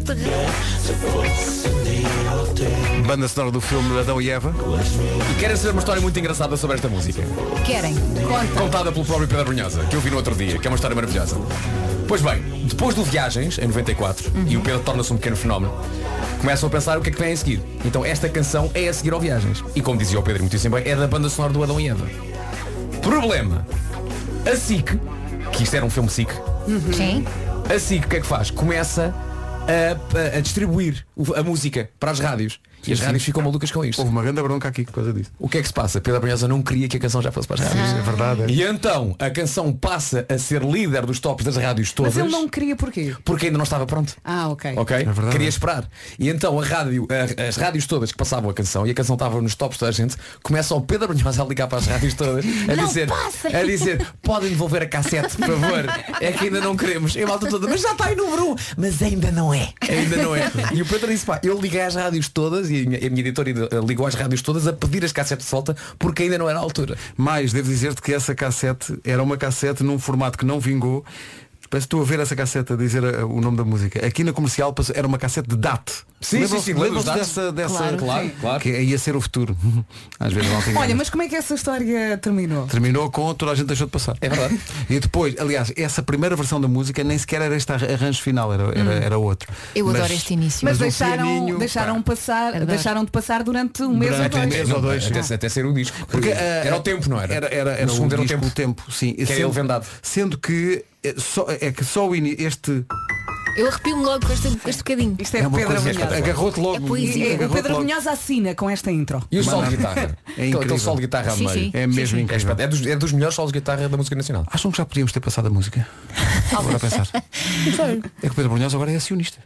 Banda sonora do filme Adão e Eva. E querem saber uma história muito engraçada sobre esta música? Querem? Conta. Contada pelo próprio Pedro Brunhosa, que eu vi no outro dia, que é uma história maravilhosa. Pois bem, depois do Viagens, em noventa e quatro, e o Pedro torna-se um pequeno fenómeno, começam a pensar o que é que vem a seguir. Então esta canção é a seguir ao Viagens. E como dizia o Pedro muitíssimo bem, é da banda sonora do Adão e Eva. Problema. A SIC, que isto era um filme SIC, Sim. a SIC o que é que faz? Começa a, a- a distribuir o- a música para as rádios. E as rádios ficam malucas com isto. Houve uma grande bronca aqui por causa disso. O que é que se passa? Pedro Brunhosa não queria que a canção já fosse para as rádios. É verdade. é. E então a canção passa a ser líder dos tops das rádios todas. Mas ele não queria porquê? Porque ainda não estava pronto. Ah, ok. Ok? verdade. Queria esperar. E então a rádio, a- as rádios todas que passavam a canção, e a canção estava nos tops da gente, começa o Pedro Brunhosa a ligar para as rádios todas a Não dizer, passem. a dizer, podem devolver a cassete, por favor. É que ainda não queremos. E a malta toda, mas já está em número um. Mas ainda não é. Ainda não é. E o Pedro disse, pá, eu liguei às rádios todas, e a minha, a minha editora eh, ligou às rádios todas a pedir as cassetes de volta, porque ainda não era a altura. Mas devo dizer-te que essa cassete era uma cassete num formato que não vingou. Parece que estou a ver essa cassete a dizer uh, o nome da música. Aqui na comercial passou- era uma cassete de D A T. Sim, Lembram-se- sim, sim, lembro lembram-se dos dessa, dessa Claro. Claro, claro. que ia ser o futuro. Às vezes não tem Olha, mas como é que essa história terminou? Terminou com toda a gente deixou de passar. É verdade. E depois, aliás, essa primeira versão da música nem sequer era este arranjo final, era, era, era outro. Eu Mas- adoro este início. Mas, Mas o deixaram, pianinho, deixaram, pá. passar, Adoro. deixaram de passar durante um mês Durante ou um dois. mês ou dois. Até, até ser o disco. Porque, uh, era o tempo, não era? Era, era, era No segundo o era o disco, tempo. o tempo, sim. Que era Sendo- ele vendado. Sendo que é, só, é que só o ini- este Eu arrepio-me logo com este, com este bocadinho. Isto é, é uma Pedro coisa Brunhosa. agarrou-te logo. É poesia. E o agarrou-te Pedro logo. Brunhosa assina com esta intro. E o solo de Mano, guitarra? é Aquele- incrível. Aquele solo de guitarra a Sim, meio. sim. É mesmo É, incrível. é, dos, é dos melhores solos de guitarra da música nacional. Acham que já podíamos ter passado a música? Agora a pensar. É que o Pedro Brunhosa agora é acionista.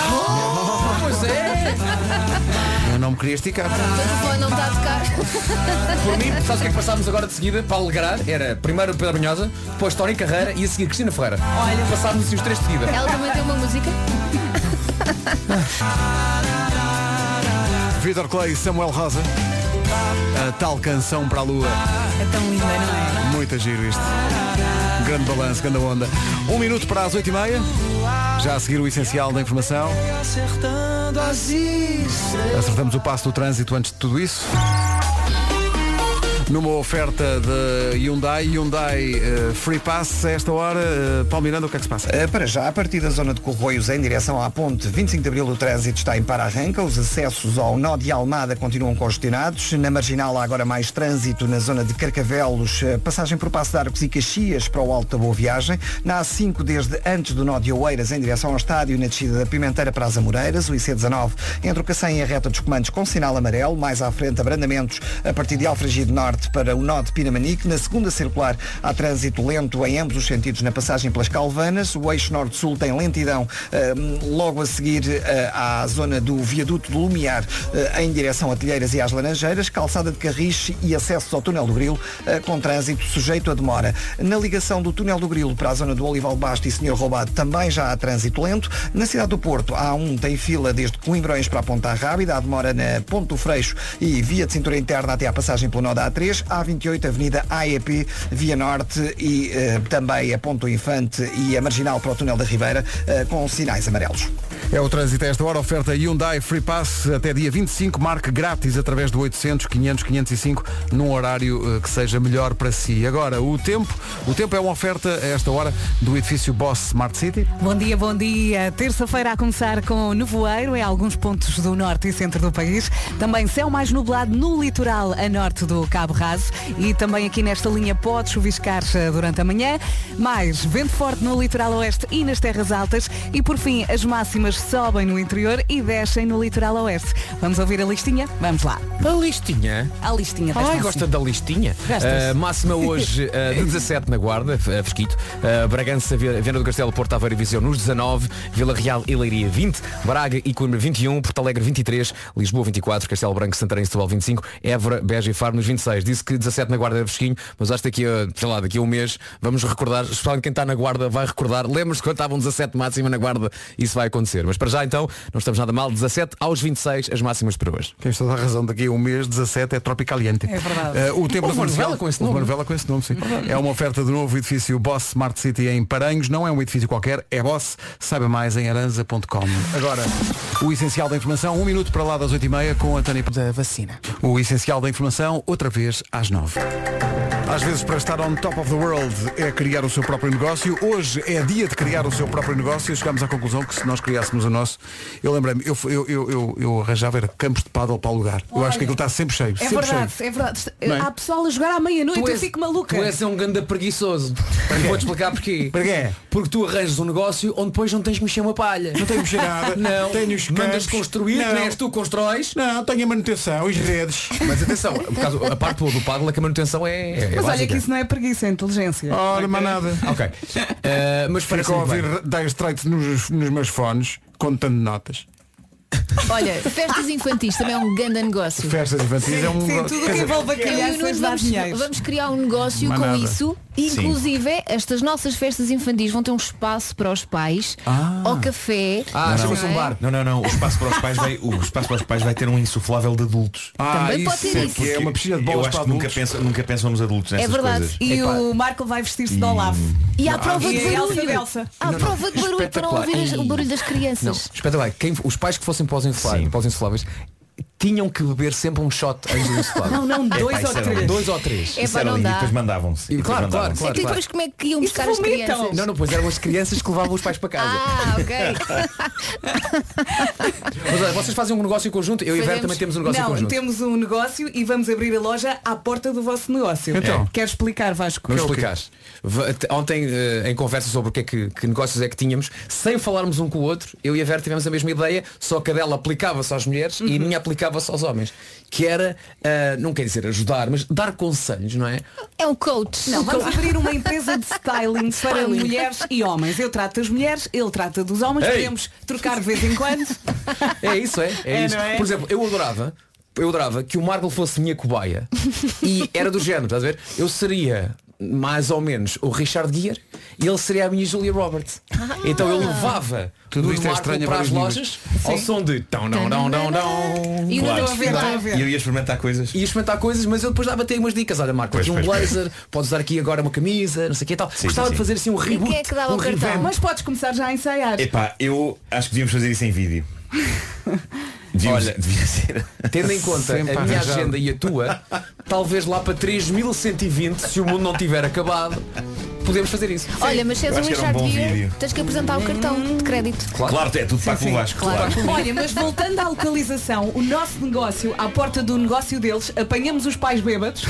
Pois é! Eu não me queria esticar. O telefone não está a tocar. Por mim, sabes o que é que passámos agora de seguida para alegrar? Era primeiro o Pedro Brunhosa, depois Tony Carreira e a seguir Cristina Ferreira. Olha, passámos assim os três de seguida. Ela também tem uma música. Vitor Clay e Samuel Rosa. A tal canção para a lua. É tão linda, não é? Muito giro isto. Grande balanço, grande onda. Um minuto para as oito e meia. Já a seguir o essencial da informação. Acertamos o passo do trânsito antes de tudo isso. Numa oferta de Hyundai, Hyundai uh, Free Pass, a esta hora, uh, Paulo Miranda, o que é que se passa? Uh, para já, a partir da zona de Corroios em direção à ponte vinte e cinco de Abril, o trânsito está em para-arranca, os acessos ao nó de Almada continuam congestionados, na Marginal há agora mais trânsito na zona de Carcavelos, uh, passagem por Passo de Arcos e Caxias para o Alto da Boa Viagem, na A cinco desde antes do nó de Oeiras em direção ao estádio, na descida da Pimenteira para as Amoreiras, o I C dezanove entre o Cacém e a reta dos comandos com sinal amarelo, mais à frente abrandamentos a partir de Alfragide Norte para o nó de Pinamanique. Na segunda circular há trânsito lento em ambos os sentidos na passagem pelas Calvanas. O eixo norte-sul tem lentidão uh, logo a seguir uh, à zona do viaduto de Lumiar uh, em direção a Telheiras e às Laranjeiras, calçada de Carris e acessos ao túnel do Grilo uh, com trânsito sujeito a demora. Na ligação do túnel do Grilo para a zona do Olival Basto e Senhor Roubado também já há trânsito lento. Na cidade do Porto, a A um tem fila desde Coimbrões para a Ponta Rábida, há demora na Ponte do Freixo e via de cintura interna até à passagem pelo nó da A três, A vinte e oito, Avenida A E P, Via Norte e uh, também a Ponto Infante e a Marginal para o túnel da Ribeira uh, com sinais amarelos. É o trânsito a esta hora, oferta Hyundai Free Pass até dia vinte e cinco, marque grátis através do oitocentos, quinhentos, quinhentos e cinco num horário uh, que seja melhor para si. Agora, o tempo, o tempo é uma oferta a esta hora do edifício Boss Smart City. Bom dia, bom dia. Terça-feira a começar com nevoeiro em alguns pontos do norte e centro do país. Também céu mais nublado no litoral a norte do Cabo Raso e também aqui nesta linha pode chuviscar durante a manhã. Mais vento forte no litoral oeste e nas terras altas e por fim as máximas sobem no interior e descem no litoral oeste. Vamos ouvir a listinha? Vamos lá. A listinha? A listinha. Ai, gosta da listinha? Uh, máxima hoje uh, de dezassete na Guarda, uh, fresquito. Uh, Bragança, Viana do Castelo, Porto Aveiro e Viseu nos dezanove, Vila Real e Leiria vinte, Braga e Coimbra vinte e um, Porto Alegre vinte e três, Lisboa vinte e quatro, Castelo Branco, Santarém e Setúbal vinte e cinco, Évora, Beja e Faro nos vinte e seis. Disse que dezassete na Guarda era fresquinho, mas acho que daqui a, sei lá, daqui a um mês vamos recordar, especialmente quem está na Guarda vai recordar. Lembra-se quando estavam dezassete máxima na Guarda, isso vai acontecer. Mas para já então, não estamos nada mal, dezassete aos vinte e seis as máximas para hoje. Quem está a razão, daqui a um mês, dezassete é Tropicaliente. É verdade. Uh, o tempo Houve uma novela com esse nome. Uma novela com esse nome, sim. É uma oferta do novo edifício Boss Smart City em Paranhos. Não é um edifício qualquer, é Boss. Saiba mais em aranza ponto com. Agora, o essencial da informação, um minuto para lá das oito e meia com a Tânia da vacina. O essencial da informação, outra vez às nove. Às vezes, para estar on top of the world é criar o seu próprio negócio. Hoje é dia de criar o seu próprio negócio. Chegamos à conclusão que se nós criássemos o nosso, eu lembrei-me, eu, eu, eu, eu, eu arranjava era campos de pádel para alugar. Eu Olha, acho que aquilo está sempre cheio. É sempre verdade, cheio. é verdade. Não é? Há pessoal a jogar à meia-noite, eu fico maluca. Tu és um ganda preguiçoso. Vou-te explicar porquê. Porquê? Porque tu arranjas um negócio onde depois não tens de mexer uma palha. Não tenho que mexer nada. Não. Tenho os Mandas campos. construir, Não. nem és tu que constróis. Não, tenho a manutenção, os redes. Mas atenção, por causa, a parte boa do paddle é que a manutenção é, é Mas olha básica. que isso não é preguiça, é inteligência. Ora, mais nada. Ok. Uh, mas parece Fico a muito ouvir bem. Dire Straits nos, nos meus fones, contando notas. Olha, festas infantis também é um grande negócio. Festas infantis é um Sim, negócio- tudo quer que dizer, envolve a Eu e o crianças Nuno dá vamos, dinheiro. vamos criar um negócio Mais com nada. isso. Inclusive, estas nossas festas infantis vão ter um espaço para os pais, ao café. Ah, Não, chama-se não. um bar. Não, não, não. O espaço para os pais vai, o espaço para os pais vai ter um insuflável de adultos. Ah, Também pode isso ter é isso. que é uma piscina de Eu bolas acho para que nunca adultos. pensam, nunca pensam nos adultos nessas É verdade. coisas. E Epá. o Marco vai vestir-se de Olaf. E há prova de E a Elsa barulho. Delsa. Há prova de barulho para não Espetacular. ouvir as- o Ei. barulho das Não, crianças. espetacular. Quem, os pais que fossem para os insufláveis, Sim. para os insufláveis tinham que beber sempre um shot antes do insuflável. Não, não, dois Epá, ou isso era três. Dois ou três. É Isso para era não lindo. E dar. depois mandavam-se. E depois Claro, claro, mandavam-se. claro. E depois como é que iam Isso buscar as vomitam. crianças? Não, não, pois eram as crianças que levavam os pais para casa. Ah, ok. Mas olha, vocês fazem um negócio em conjunto, eu e a Vera Fazemos. também temos um negócio em Não, conjunto. temos um negócio e vamos abrir a loja à porta do vosso negócio. Então. Queres explicar, Vasco? Vamos Que é o quê? explicar. V- t- Ontem, eh, em conversa sobre o que, é que, que negócios é que tínhamos, sem falarmos um com o outro, eu e a Vera tivemos a mesma ideia, só que a dela aplicava-se às mulheres e a minha aplicava-se aos homens. Que era, eh, não quer dizer ajudar, mas dar conselhos, não é? É um coach. Não, vamos abrir uma empresa de styling para Styling. mulheres e homens. Eu trato das mulheres, ele trata dos homens, Ei. podemos trocar de vez em quando. É isso, é? É, É, isso. não é? Por exemplo, eu adorava, eu adorava que o Marco fosse minha cobaia e era do género, estás a ver? Eu seria mais ou menos o Richard Gere e ele seria a minha Julia Roberts. Então eu levava Tudo o isto é Marco estranho a para as vários lojas ao som de tão não não não não E o Claro. Nuno a ver, Estou a não é? ver. E eu ia experimentar coisas. e experimentar coisas, mas eu depois dava-te aí umas dicas. Olha, Marco, Pois, aqui um pois, blazer, podes usar aqui agora uma camisa, não sei o que e tal. Sim, Gostava sim, de fazer assim um reboot, quem é que dava um o cartão? revamp. Mas podes começar já a ensaiar. Epá, eu acho que devíamos fazer isso em vídeo. Devíamos, Olha, devia ser. Tendo em conta Sempre a minha arranjado. agenda e a tua, talvez lá para três mil cento e vinte, se o mundo não tiver acabado, podemos fazer isso. Olha, mas se és Eu um acho que era um Richard bom Gere, vídeo. tens que apresentar o cartão de crédito. Claro, claro é tudo para o Vasco, claro. Olha, mas voltando à localização, o nosso negócio, à porta do negócio deles, apanhamos os pais bêbados.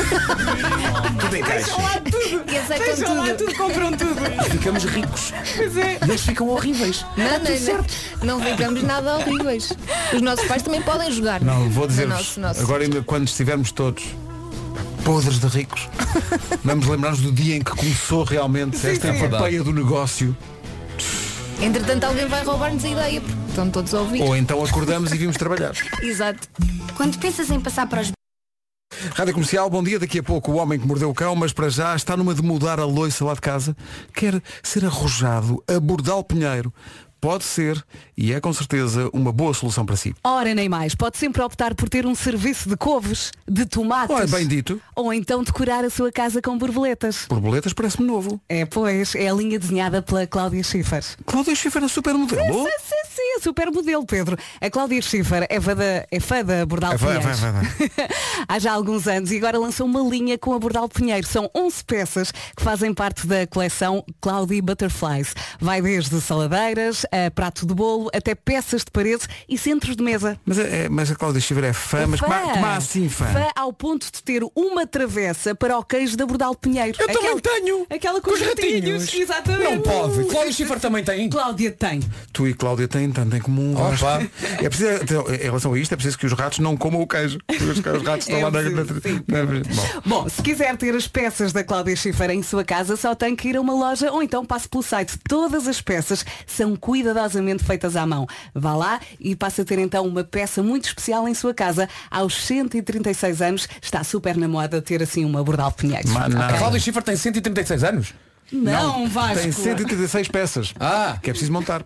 Tudo em caixa. Deixam lá tudo. E aceitam Deixam lá tudo. tudo, compram tudo. E ficamos ricos. Pois é. E eles ficam horríveis. Não, não, não, não ficamos nada horríveis. Os nossos pais também podem jogar. Não, vou No dizer-vos, nosso- nosso- agora ainda quando estivermos todos podres de ricos, vamos lembrar-nos do dia em que começou realmente Sim, esta sim. epopeia do negócio. Entretanto, alguém vai roubar-nos a ideia, porque estão todos a ouvir. Ou então acordamos e vimos trabalhar. Exato. Quando pensas em passar para os Rádio Comercial, bom dia. Daqui a pouco o homem que mordeu o cão, mas para já está numa de mudar a loiça lá de casa. Quer ser arrojado a Bordal Pinheiro. Pode ser, e é com certeza uma boa solução para si. Ora, nem mais. Pode sempre optar por ter um serviço de couves, de tomates. Olha, bem dito. Ou então decorar a sua casa com borboletas. Borboletas parece-me novo. É, pois. É a linha desenhada pela Cláudia Schiffer. Cláudia Schiffer é super modelo. Sim, sim, sim, é super modelo, Pedro. A Cláudia Schiffer é fã da, é fã da Bordal É fã, Pinheiros. é fã, é fã. Há já alguns anos e agora lançou uma linha com a Bordal Pinheiro. São onze peças que fazem parte da coleção Cloudy Butterflies. Vai desde saladeiras, a prato de bolo, até peças de parede e centros de mesa. Mas, é, mas a Cláudia Schiffer é fã, mas como é- como é assim fã? Fã ao ponto de ter uma travessa para o queijo da Bordal Pinheiro. Eu também tenho. Aquela com, Com os os ratinhos. ratinhos. Exatamente. Não pode. Cláudia Schiffer também tem. Cláudia tem. Tu e Cláudia têm tanto em comum. Opa. Vasco. É preciso, em relação a isto, é preciso que os ratos não comam o queijo. Os, os ratos estão É lá na, preciso, sim. na, na- Bom. Bom, se quiser ter as peças da Cláudia Schiffer em sua casa, só tem que ir a uma loja ou então passe pelo site. Todas as peças são cuidadosamente feitas à mão. Vá lá e passe a ter então uma peça muito especial em sua casa. Aos cento e trinta e seis anos está super na moda ter assim uma Bordal Pinheiros. Mas não. A Cláudia Schiffer tem cento e trinta e seis anos. Não, Vasco. Tem cento e trinta e seis peças. Ah. Que é preciso montar.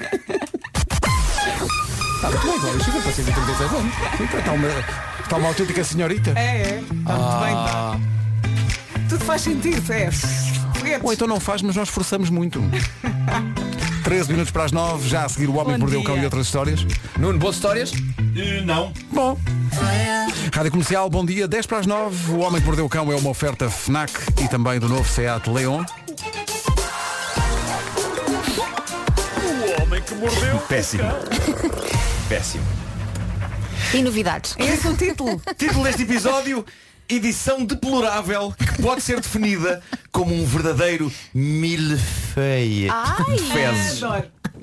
Está muito bem, Cláudia Schiffer para cento e trinta e seis anos. Está uma, está uma autêntica senhorita. É, é. Está muito bem, está. Tudo faz sentido, é. Foguetes. Ou então não faz, mas nós forçamos muito. treze minutos para as nove, já a seguir o Homem Bom que Mordeu o Cão dia. e outras histórias. Nuno, boas histórias? Eh, não. Bom. Rádio Comercial, bom dia, dez para as nove. O Homem que Mordeu o Cão é uma oferta FNAC e também do novo Seat Leon. Péssimo. Péssimo. E novidades? Esse é o título. Título deste episódio: edição deplorável que pode ser definida como um verdadeiro milfeia Ai, de fezes. Adoro.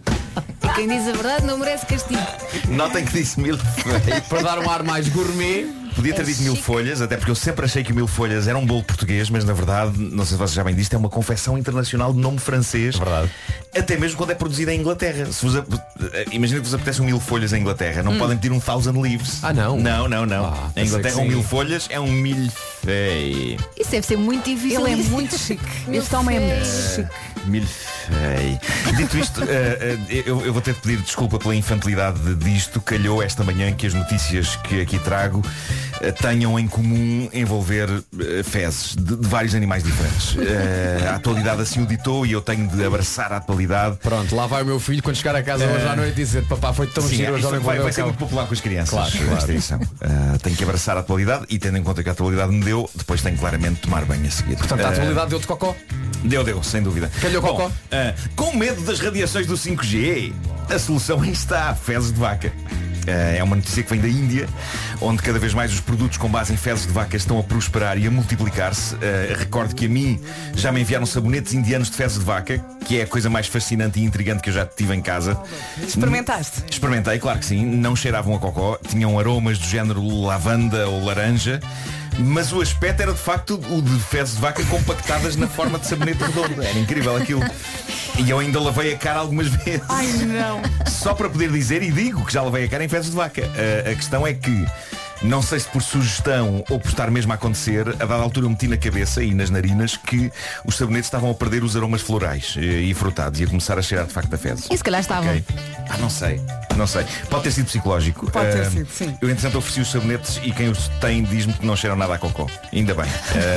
E quem diz a verdade não merece castigo. Notem que disse milfeia. Para dar um ar mais gourmet. Podia ter É dito mil chique. folhas, até porque eu sempre achei que o mil folhas era um bolo português, mas na verdade, não sei se vocês já bem disto, é uma confecção internacional de nome francês. Verdade. Até mesmo quando é produzida em Inglaterra. Se vos, ap- imagina que vos apetece um mil folhas em Inglaterra, não podem pedir um thousand leaves. Ah, não? Não, não, não. Ah, em pensei Inglaterra que um sim. mil folhas é um milfeia. Isso deve ser muito difícil. Ele é de- muito chique. Meu Este homem é muito Deus. chique. Milfeia. Dito isto, eh, eh, eu, eu vou ter de pedir desculpa pela infantilidade disto. Calhou esta manhã que as notícias que aqui trago eh, tenham em comum envolver eh, fezes de, de vários animais diferentes. Eh, a atualidade assim o ditou e eu tenho de abraçar a atualidade. Pronto, lá vai o meu filho quando chegar a casa hoje à noite dizer papá, foi tão Sim, giro hoje isto ao Homem que vai, Mordeu vai o ser Cão. muito popular com as crianças. Claro, esta claro. edição. Uh, tenho que abraçar a atualidade e tendo em conta que a atualidade me deu, depois tenho claramente de tomar banho a seguir. Portanto, a Uh, atualidade deu-te cocó. Deu, deu, sem dúvida. Calhou Bom, cocó. ah, com medo das radiações do cinco G, a solução aí está, fezes de vaca. Ah, é uma notícia que vem da Índia, onde cada vez mais os produtos com base em fezes de vaca estão a prosperar e a multiplicar-se. Ah, recordo que a mim já me enviaram sabonetes indianos de fezes de vaca, que é a coisa mais fascinante e intrigante que eu já tive em casa. Experimentaste? Experimentei, claro que sim. Não cheiravam a cocó, tinham aromas do género lavanda ou laranja. Mas o aspecto era de facto o de fezes de vaca compactadas na forma de sabonete redondo. Era incrível aquilo. E eu ainda lavei a cara algumas vezes. Ai, não. Só para poder dizer, e digo que já lavei a cara em fezes de vaca. A, a questão é que, não sei se por sugestão ou por estar mesmo a acontecer, a dada altura eu meti na cabeça e nas narinas que os sabonetes estavam a perder os aromas florais e, e frutados e a começar a cheirar de facto a fezes. E se calhar estavam. Ok. Ah, não sei, não sei. Pode ter sido psicológico. Pode ter Ah, sido, sim. Eu, entretanto, ofereci os sabonetes e quem os tem diz-me que não cheiram nada a cocó. Ainda bem.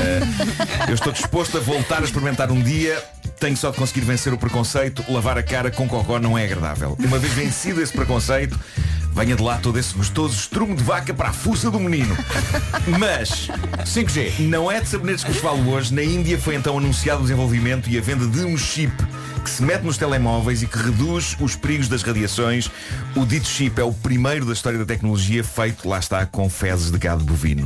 Ah, eu estou disposto a voltar a experimentar um dia. Tenho só de conseguir vencer o preconceito. Lavar a cara com cocó não é agradável. Uma vez vencido esse preconceito, venha de lá todo esse gostoso estrumo de vaca para a fuça do menino. Mas cinco G não é de sabonetes que vos falo hoje. Na Índia foi então anunciado o desenvolvimento e a venda de um chip que se mete nos telemóveis e que reduz os perigos das radiações. O dito chip é o primeiro da história da tecnologia feito, lá está, com fezes de gado bovino.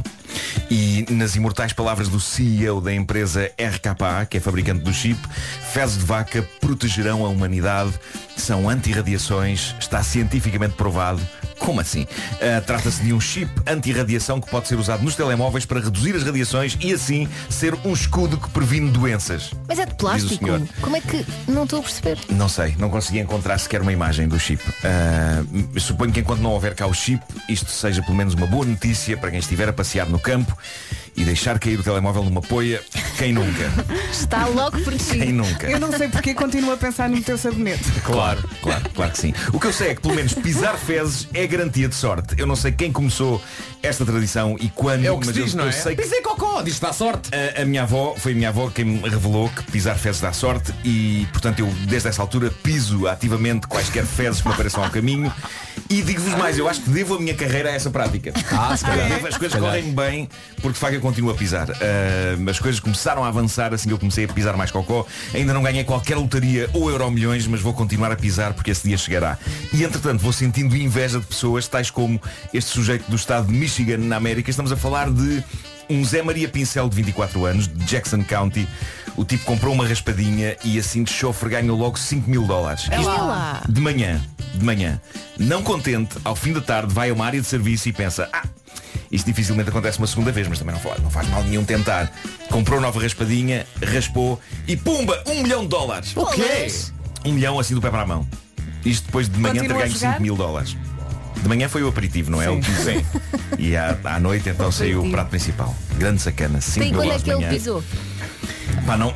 E nas imortais palavras do C E O da empresa R K A, que é fabricante do chip, fezes de vaca protegerão a humanidade, são anti-radiações, está cientificamente provado. Como assim? Uh, Trata-se de um chip anti-radiação que pode ser usado nos telemóveis para reduzir as radiações e assim ser um escudo que previne doenças. Mas é de plástico. Como é que... Não estou a perceber. Não sei, não consegui encontrar sequer uma imagem do chip. Uh, suponho que enquanto não houver cá o chip, isto seja pelo menos uma boa notícia para quem estiver a passear no campo e deixar cair o telemóvel numa poia. Quem nunca? Está logo por si. Quem nunca? Eu não sei porque continuo a pensar no teu sabonete. Claro, claro, claro que sim. O que eu sei é que pelo menos pisar fezes é garantia de sorte. Eu não sei quem começou esta tradição e quando, é o que mas se diz, eu, não eu é? sei que... Pisei cocó, diz que dá sorte. A, a minha avó, foi a minha avó quem me revelou que pisar fezes dá sorte e, portanto, eu desde essa altura piso ativamente quaisquer fezes que me apareçam ao caminho e digo-vos mais, eu acho que devo a minha carreira a essa prática. Ah, se calhar. As coisas correm bem porque de facto eu continuo a pisar. Uh, as coisas começaram a avançar assim que eu comecei a pisar mais cocó. Ainda não ganhei qualquer lotaria ou Euromilhões, mas vou continuar a pisar porque esse dia chegará. E entretanto vou sentindo inveja de pessoas tais como este sujeito do estado de Michigan, na América. Estamos a falar de um Zé Maria Pincel de vinte e quatro anos, de Jackson County. O tipo comprou uma raspadinha e assim de chofre ganhou logo cinco mil dólares. É lá. De manhã, de manhã. Não contente, ao fim da tarde vai a uma área de serviço e pensa, ah, isto dificilmente acontece uma segunda vez, mas também não faz, não faz mal nenhum tentar. Comprou nova raspadinha, raspou e pumba, um milhão de dólares. O quê? Um milhão assim do pé para a mão. Isto depois de manhã ter Continua a ganho jogar? cinco mil dólares. De manhã foi o aperitivo, não é? Sim. O que dizem. E à, à noite então saiu o prato principal. Grande sacana. cinco Tem mil quando é dólares que de ele manhã. pisou? Pá, não.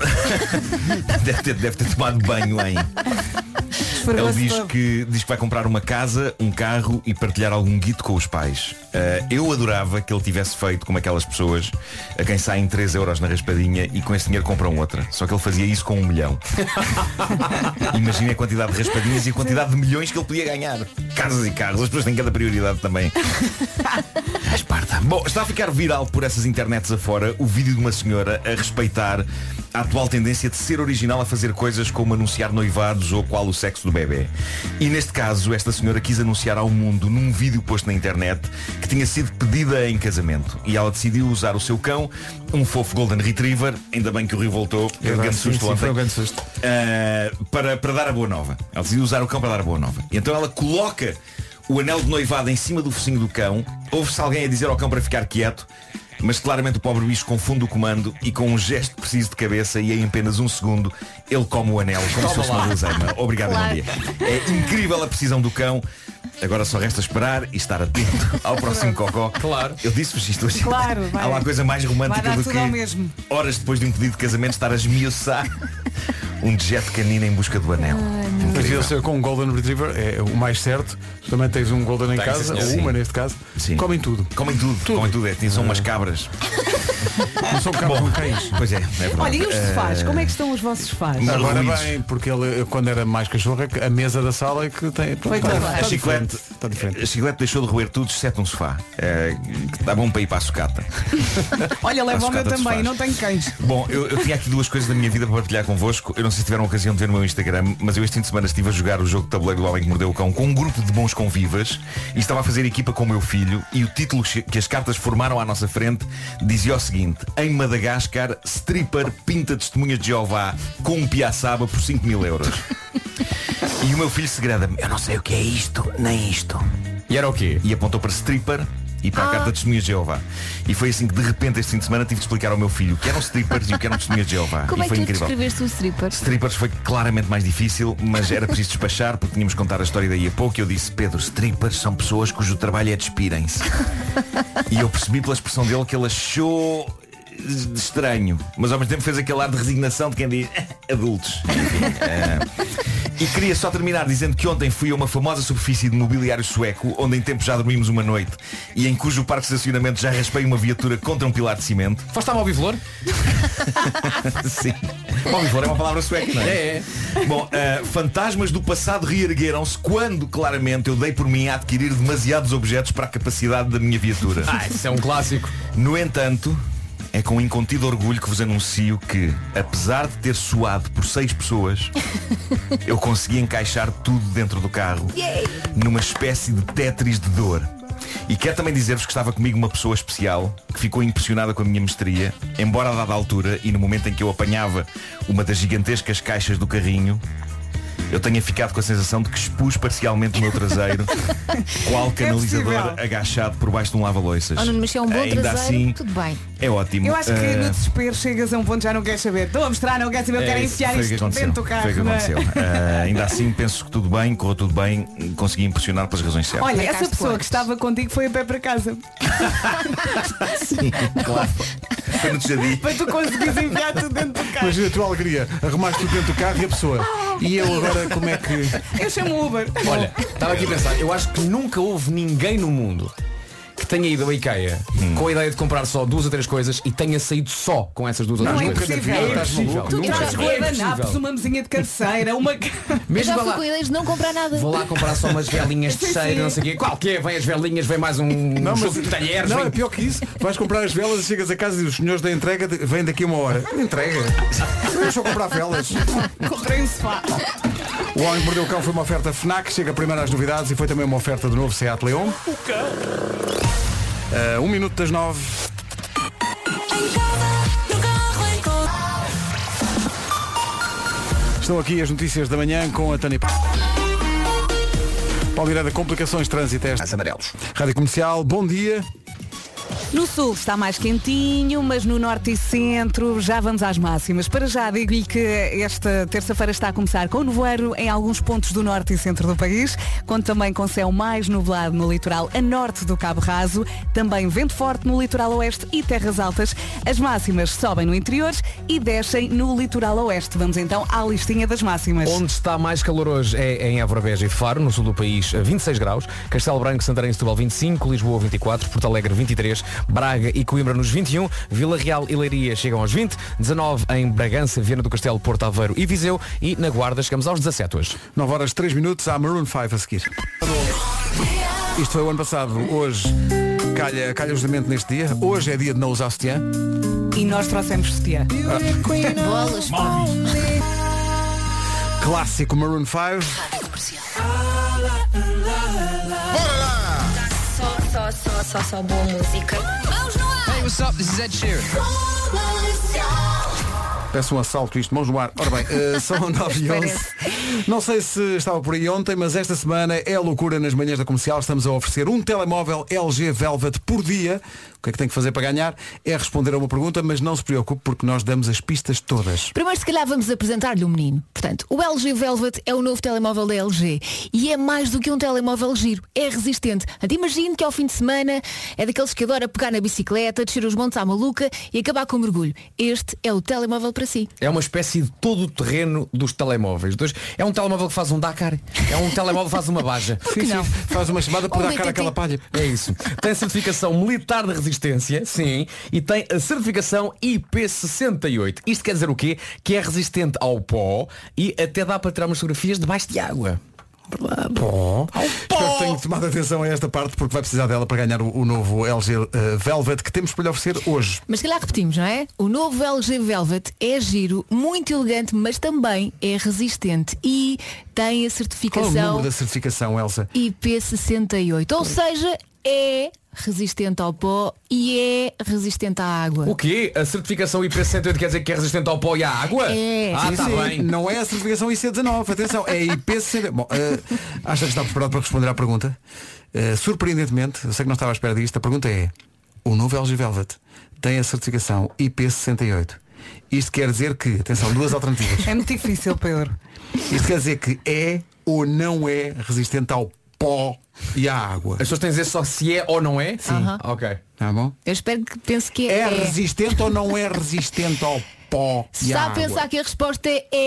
deve, ter, deve ter tomado banho em. Ele diz que, diz que vai comprar uma casa, um carro e partilhar algum guito com os pais. Uh, eu adorava que ele tivesse feito como aquelas pessoas a quem saem três euros na raspadinha e com esse dinheiro compram outra. Só que ele fazia isso com um milhão. Imagina a quantidade de raspadinhas e a quantidade de milhões que ele podia ganhar. Casas e carros, as pessoas têm cada prioridade também. A Esparta. Bom, está a ficar viral por essas internets afora o vídeo de uma senhora a respeitar a atual tendência de ser original a fazer coisas como anunciar noivados ou qual o sexo do bebê. E neste caso, esta senhora quis anunciar ao mundo, num vídeo posto na internet, que tinha sido pedida em casamento. E ela decidiu usar o seu cão, um fofo Golden Retriever, ainda bem que o Rio voltou, é um grande susto ontem, foi um grande susto. uh, para, para dar a boa nova. Ela decidiu usar o cão para dar a boa nova. E então ela coloca o anel de noivado em cima do focinho do cão, ouve-se alguém a dizer ao cão para ficar quieto, mas claramente o pobre bicho confunde o comando e com um gesto preciso de cabeça e em apenas um segundo ele come o anel como se fosse uma guloseima. Obrigado, Claro. bom dia. É incrível a precisão do cão. Agora só resta esperar e estar atento ao próximo cocó. Claro. Eu disse-vos isto hoje. Claro, vai. Há lá coisa mais Vai romântica dar do tudo ao que mesmo. horas depois de um pedido de casamento estar a esmiuçar um dejeto canino em busca do anel. Mas Incrível. devia ser com um Golden Retriever, é o mais certo. Tu também tens um Golden em Tem, casa, sim, ou senhor. uma Sim. neste caso. Sim. Comem tudo. Comem tudo, comem tudo. É, são umas cabras. Não são cabos, são cães. Pois é, é verdade. Olha, e os sofás? Eh, Como é que estão os vossos sofás? Não. Agora ruídos. bem, porque ele, quando era mais cachorro, é que a mesa da sala é que tem. Foi está- claro. está A chiclete, diferente, está diferente. a chiclete deixou de roer tudo, exceto um sofá. É, que está bom para ir para a sucata. Olha, leva o meu sucata de também, sofás. não tenho cães. Bom, eu, eu tinha aqui duas coisas da minha vida para partilhar convosco. Eu não sei se tiveram a ocasião de ver no meu Instagram, mas eu este fim de semana estive a jogar o jogo de tabuleiro do Homem que Mordeu o Cão com um grupo de bons convivas e estava a fazer equipa com o meu filho e o título que as cartas formaram à nossa frente dizia o seguinte: em Madagascar, stripper pinta testemunhas de Jeová com um piaçaba por cinco mil euros. E o meu filho segredame: eu não sei o que é isto, nem isto. E era o quê? E apontou para stripper e para a carta de testemunhas de Jeová. E foi assim que de repente este fim de semana tive de explicar ao meu filho o que eram strippers e o que eram testemunhas de Jeová. Como e é foi que tu incrível. descreveste o stripper? Strippers foi claramente mais difícil, mas era preciso despachar porque tínhamos que contar a história daí a pouco. E eu disse: Pedro, strippers são pessoas cujo trabalho é despirem-se. E eu percebi pela expressão dele que ele achou de estranho, mas ao mesmo tempo fez aquele ar de resignação de quem diz adultos. Enfim, uh, e queria só terminar dizendo que ontem fui a uma famosa superfície de mobiliário sueco, onde em tempo já dormimos uma noite e em cujo parque de estacionamento já raspei uma viatura contra um pilar de cimento. Foste à Móvel Flor? Sim. Omnivore é uma palavra sueca, não é? É, é. Bom, uh, fantasmas do passado reergueram-se quando, claramente, eu dei por mim a adquirir demasiados objetos para a capacidade da minha viatura. Ah, isso é um clássico. No entanto, é com incontido orgulho que vos anuncio que, apesar de ter suado por seis pessoas, eu consegui encaixar tudo dentro do carro numa espécie de Tetris de dor. E quero também dizer-vos que estava comigo uma pessoa especial que ficou impressionada com a minha mestria, embora a dada altura e no momento em que eu apanhava uma das gigantescas caixas do carrinho, eu tenha ficado com a sensação de que expus parcialmente o meu traseiro, qual canalizador é agachado por baixo de um lava-loiças. Oh, não, mas é um bom Ainda traseiro, assim, tudo bem. É ótimo. Eu acho que uh... no desespero chegas a um ponto já não queres saber. Estou a mostrar, não quero saber, eu quero É, enfiar foi o isto que aconteceu. dentro do carro. Foi o que não é? aconteceu. Uh, ainda assim penso que tudo bem, correu tudo bem, consegui impressionar pelas razões certas. Olha, essa pessoa que estava contigo foi a pé para casa. Sim, claro. Foi no tejadinho. Para tu conseguires enfiar tudo dentro do carro. Imagina a tua alegria, arrumaste tudo dentro do carro e a pessoa. E eu agora como é que. Eu chamo o Uber. Olha, estava aqui a pensar, eu acho que nunca houve ninguém no mundo que tenha ido ao IKEA hum. com a ideia de comprar só duas ou três coisas e tenha saído só com essas duas ou Não três é coisas. possível. É Estás impossível. maluco? Tu Nunca. traz É guardanapos, impossível. uma mesinha de cabeceira, uma. Eu Mesmo já vá fui lá, com ideias de não comprar nada. vou lá comprar só umas velinhas de Sim, cheiro, sim. não sei o quê. Qual que é? Vem as velinhas, vem mais um Não, mas, jogo de talheres. não vem- é pior que isso. Vais comprar as velas e chegas a casa e os senhores da entrega de- vêm daqui a uma hora. Entrega. Deixa eu comprar velas. Comprei um sofá. O Homem que Mordeu o Cão foi uma oferta FNAC, chega primeiro às novidades e foi também uma oferta do novo Seat Leon. Uh, um minuto das nove. Estão aqui as notícias da manhã com a Tânia. Paulo Miranda, complicações de trânsito. As amarelos. Rádio Comercial, bom dia. No sul está mais quentinho, mas no norte e centro já vamos às máximas. Para já digo-lhe que esta terça-feira está a começar com nevoeiro em alguns pontos do norte e centro do país, conto também com céu mais nublado no litoral a norte do Cabo Raso, também vento forte no litoral oeste e terras altas. As máximas sobem no interior e descem no litoral oeste. Vamos então à listinha das máximas. Onde está mais calor hoje é em Évora, Beja e Faro, no sul do país, vinte e seis graus, Castelo Branco, Santarém e Setúbal vinte e cinco, Lisboa vinte e quatro, Porto Alegre vinte e três, Braga e Coimbra nos vinte e um, Vila Real e Leiria chegam aos vinte, dezanove em Bragança, Viana do Castelo, Porto Aveiro e Viseu e na Guarda chegamos aos dezassete hoje. nove horas três minutos, há Maroon cinco a seguir. Isto foi o ano passado, hoje calha, calha justamente neste dia. Hoje é dia de não usar sutiã. E nós trouxemos sutiã. Bolas, pá. Clássico Maroon cinco. Só, só, só, só, só boa música. Vamos no ar! Hey, what's up? This is Ed Sheeran. Peço um assalto isto, mãos no ar. Ora bem, uh, são nove e onze. Não sei se estava por aí ontem, mas esta semana é loucura nas manhãs da Comercial. Estamos a oferecer um telemóvel L G Velvet por dia. O que é que tem que fazer para ganhar? É responder a uma pergunta, mas não se preocupe porque nós damos as pistas todas. Primeiro, se calhar, vamos apresentar-lhe um menino. Portanto, o L G Velvet é o novo telemóvel da L G e é mais do que um telemóvel giro. É resistente. Portanto, imagine que ao fim de semana é daqueles que adora pegar na bicicleta, descer os montes à maluca e acabar com o mergulho. Este é o telemóvel para si. É uma espécie de todo o terreno dos telemóveis. Dois- É um telemóvel que faz um Dakar. É um telemóvel que faz uma baja. Sim, sim. Faz uma chamada por Um dar cara B T T. àquela palha. É isso. Tem certificação militar de resistência, sim, e tem a certificação I P sessenta e oito. Isto quer dizer o quê? Que é resistente ao pó e até dá para tirar umas fotografias debaixo de água. Pó. Espero que tenha tomado atenção a esta parte porque vai precisar dela para ganhar o, o novo L G uh, Velvet que temos para lhe oferecer hoje. Mas se calhar repetimos, não é? O novo L G Velvet é giro, muito elegante, mas também é resistente e tem a Qual é o certificação número da certificação, Elsa? I P sessenta e oito. Ou seja, é resistente ao pó e é resistente à água. O quê? A certificação I P sessenta e oito quer dizer que é resistente ao pó e à água? É. Ah, Sim, está sim. bem. Não é a certificação I C dezanove, atenção, é I P sessenta. Bom, uh, acha que está preparado para responder à pergunta? Uh, surpreendentemente, eu sei que não estava à espera disto, a pergunta é: o novo L G Velvet tem a certificação I P sessenta e oito. Isto quer dizer que, atenção, duas alternativas. É muito difícil, Pedro. Isto quer dizer que é ou não é resistente ao pó e à água. As pessoas têm a dizer só se é ou não é? Sim. Aham. Ok. Tá bom? Eu espero que pense que É é. resistente ou não é resistente ao pó Se e à está a água? pensar que a resposta é é,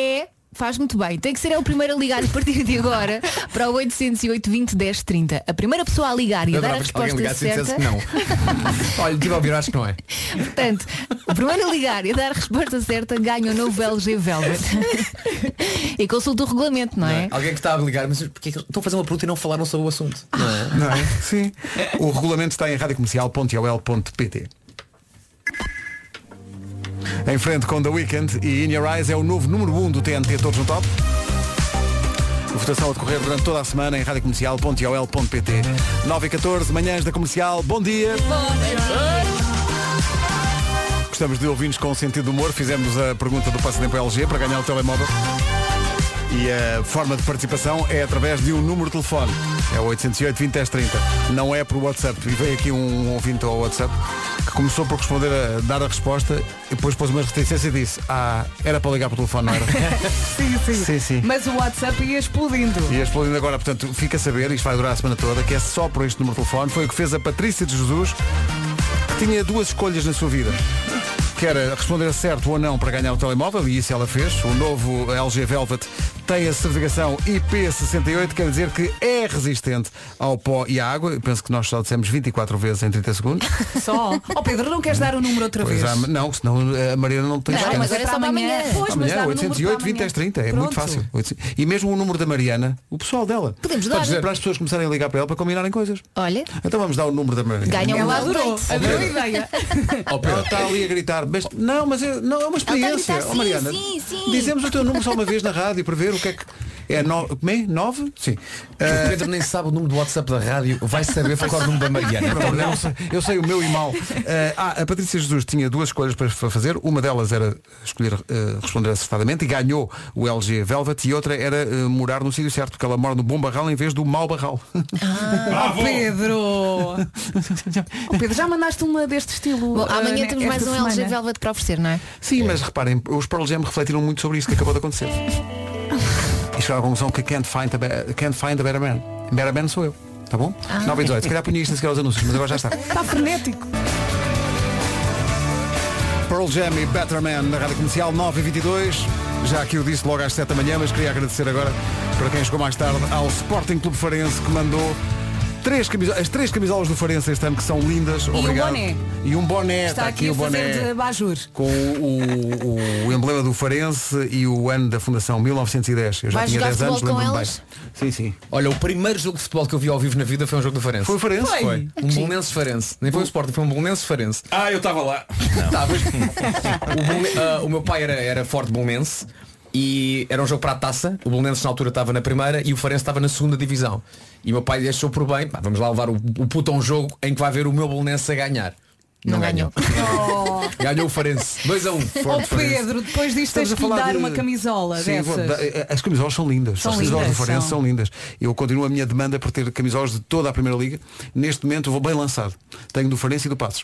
Faz muito bem. Tem que ser é o primeiro a ligar a partir de agora para o oitocentos e oito, vinte, dez, trinta. A primeira pessoa a ligar e a dar a resposta certa. Que não. Olha, tive a ouvir, acho que não é. Portanto, o primeiro a ligar e a dar a resposta certa ganha o novo L G Velvet. E consulta o regulamento, não é? Não é? Alguém que está a ligar, mas porque é que estão a fazer uma pergunta e não falaram sobre o assunto? Não é? Não é? Sim. O regulamento está em radiocomercial ponto i o l ponto p t. Em frente com The Weeknd e In Your Eyes é o novo número um do T N T Todos no Top. A votação a decorrer durante toda a semana em radiocomercial ponto i o l ponto p t. nove e catorze, manhãs da Comercial. Bom dia. Gostamos de ouvintes com sentido de humor. Fizemos a pergunta do Passatempo L G para ganhar o telemóvel. E a forma de participação é através de um número de telefone. É o oitocentos e oito, vinte, dez, trinta. Não é por WhatsApp. E veio aqui um ouvinte ao WhatsApp que começou por responder a dar a resposta e depois pôs uma reticência e disse: Ah, era para ligar para o telefone, não era? sim, sim, sim, sim. Mas o WhatsApp ia explodindo. Ia explodindo agora, portanto, fica a saber, isto vai durar a semana toda, que é só por este número de telefone. Foi o que fez a Patrícia de Jesus, que tinha duas escolhas na sua vida. Que era responder certo ou não para ganhar o telemóvel, e isso ela fez. O novo L G Velvet tem a certificação I P sessenta e oito, quer dizer que é resistente ao pó e à água. Eu penso que nós só dissemos vinte e quatro vezes em trinta segundos. Só? Oh Pedro, não queres dar o número outra pois vez? Há, não, senão a Mariana não tem Não, mas era só para amanhã. Pois, mas amanhã, oitocentos e oito, vinte, dez, trinta. É Pronto. muito fácil. E mesmo o número da Mariana, o pessoal dela. Podemos dar. Para as pessoas começarem a ligar para ela para combinarem coisas. Olha. Então vamos dar o número da Mariana. Ganha um Ela lado adorou. date. Adorou a ideia. Oh, Ela está ali a gritar, mas não, mas é, não, é uma experiência. Ela está a gritar, Oh, Mariana, sim, sim, sim. dizemos o teu número só uma vez na rádio para ver o que é que. É no... Como é? Nove? Sim. O Pedro nem sabe o número do WhatsApp da rádio, vai saber porque é o número da Mariana. Pronto, eu, sei, eu sei o meu e mal. Uh, ah, a Patrícia Jesus tinha duas escolhas para fazer. Uma delas era escolher uh, responder acertadamente e ganhou o L G Velvet, e outra era uh, morar no sítio certo, porque ela mora no Bom Barral em vez do Mau Barral. Ah, oh, Pedro! Oh, Pedro, já mandaste uma deste estilo? Bom, amanhã uh, temos esta mais um semana. L G Velvet para oferecer, não é? Sim, mas reparem, os Pearl Jam refletiram muito sobre isto que acabou de acontecer. E chegaram à conclusão que can't find a, be- can't find a better man. Better man sou eu. Tá bom? Ah. nove e dezoito. Se calhar punha isto nem sequer aos anúncios, mas agora já está. Está frenético. Pearl Jam e Better Man na Rádio Comercial, nove e vinte e dois. Já aqui eu disse logo às sete da manhã, mas queria agradecer agora para quem chegou mais tarde ao Sporting Clube Farense, que mandou três camisolas, as três camisolas do Farense este ano, que são lindas. E Obrigado. um boné. E um boné. Está, Está aqui, aqui a o boné. fazer de bajur. Com o, o, o emblema do Farense e o ano da fundação, mil novecentos e dez. Eu já Vais tinha jogar dez anos, futebol com lembro-me bem. elas? Sim, sim. Olha, o primeiro jogo de futebol que eu vi ao vivo na vida foi um jogo do Farense. Foi o Farense? Foi. Foi. Um Bolonenses Farense. Nem foi o Sporting, foi um Bolonenses Farense. Ah, eu estava lá. Tá, mas, o, Bolone- ah, o meu pai era, era forte bolonense e era um jogo para a taça. O Bolonenses na altura estava na primeira e o Farense estava na segunda divisão. E o meu pai achou por bem, pá, vamos lá levar o, o puto a um jogo em que vai ver o meu Bolonense a ganhar. Não, Não ganhou. Oh, Ganhou o Farense. dois a um. oh Pedro, depois disto tens Estamos a que lhe falar dar de- uma camisola Sim, vou dessas. dar- as camisolas são lindas. São As camisolas lindas, do Farense são. são. lindas. Eu continuo a minha demanda por ter camisolas de toda a Primeira Liga. Neste momento vou bem lançado. Tenho do Farense e do Passos.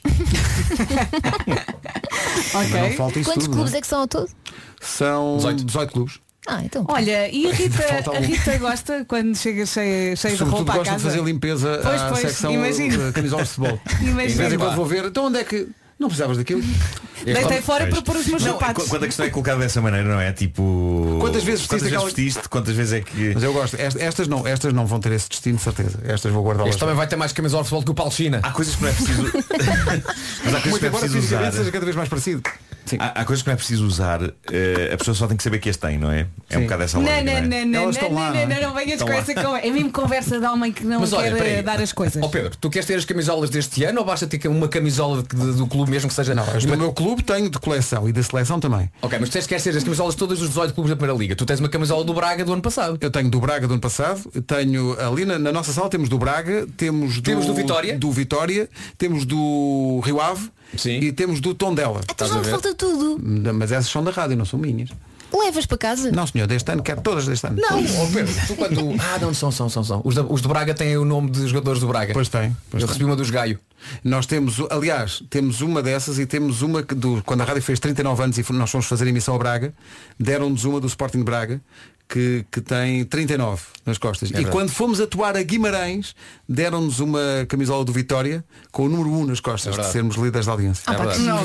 Mas não Ok. falta isso Quantos tudo, clubes não é que são ao todo? São dezoito. dezoito clubes. Ah, então. Olha, e a Rita, Falta um. a Rita gosta quando chega cheia, cheia de Sobretudo roupa à gosto casa? de fazer limpeza Pois, à pois, secção imagino. de camisolas de futebol. Imagino. De vez em quando vou ver. Então onde é que. Não precisavas daquilo? Deitei fora para pôr os meus Não, sapatos. qu- quando a questão é colocada dessa maneira, não é? Tipo. Quantas vezes quantas vestiste vezes aquela- vestiste? Quantas vezes é que. Mas eu gosto. Est- Estas não, estas não vão ter esse destino, de certeza. Estas vou guardá-las. Este também vai ter mais camisola de futebol que o Paulo China. Há coisas que não é preciso. Mas há coisas Muito que não é embora preciso usar. fisicamente seja cada vez mais parecido. Sim. Há, há coisas que não é preciso usar. eh, a pessoa só tem que saber que as tem, não é? É Sim. um bocado essa Não, lógica. não, não é? não, não, Elas estão não, lá, não, não é? não, não venhas Estão com lá. essa conversa. É mesmo conversa de homem que não Mas olha, quer peraí. eh, dar as coisas. Ó Pedro, tu queres ter as camisolas deste ano ou basta ter uma camisola de- de- do clube mesmo que seja Não, as do Uma- meu clube tenho de coleção e da seleção também. Ok, mas tu queres ter as camisolas de todos os dezoito clubes da Primeira Liga. Tu tens uma camisola do Braga do ano passado. Eu tenho do Braga do ano passado, tenho ali na, na nossa sala temos do Braga, temos do, Temos do Vitória. do Vitória, temos do Rio Ave. Sim. E temos do Tondela. Então Estás já a me ver? falta tudo. Mas essas são da rádio, não são minhas. Levas para casa? Não, senhor, deste ano, quero todas deste ano. Não, ó Pedro, tu quando. Ah, não, são, são, são, são. Os, da, os de Braga têm o nome de jogadores do Braga. Pois tem. Pois Eu tem. recebi uma dos Gaio. Nós temos, aliás, temos uma dessas e temos uma que do, quando a rádio fez trinta e nove anos e nós fomos fazer emissão a Braga, deram-nos uma do Sporting de Braga que, que tem trinta e nove nas costas. e verdade. quando fomos atuar a Guimarães, deram-nos uma camisola do Vitória com o número um nas costas, É de verdade. sermos líderes da audiência. Ah, É pá, que verdade. giro.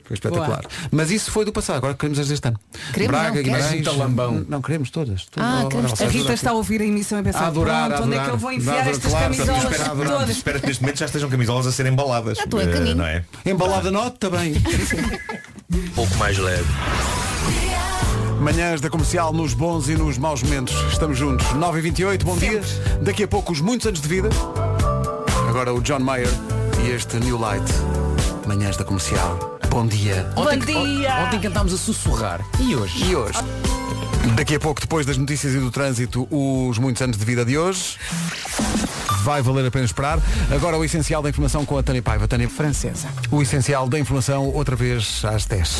Foi espetacular. Boa. Mas isso foi do passado, agora queremos as deste ano. Queremos, Braga, não, Guimarães. Talambão. Não, queremos todas. todas. Ah, Oh, queremos oh, A oh, Rita está a ouvir a emissão e pensar, A adorar, pronto, a onde é adorar. que eu vou enfiar Adorar, estas claro, camisolas Espera, todas? espera que neste momento já estejam camisolas a serem embaladas. Já estou a Eh, caminho. não é? Embalada nota também. Um pouco mais leve. Manhãs da Comercial nos bons e nos maus momentos. Estamos juntos. nove e vinte e oito, bom dia. Daqui a pouco os muitos anos de vida. Agora o John Mayer e este New Light. Manhãs da Comercial. Bom dia. Ontem, Bom dia. Ontem cantámos a sussurrar. E hoje? E hoje? Daqui a pouco, depois das notícias e do trânsito, os muitos anos de vida de hoje. Vai valer a pena esperar. Agora o essencial da informação com a Tânia Paiva. Tânia Francesa. O essencial da informação outra vez às dez.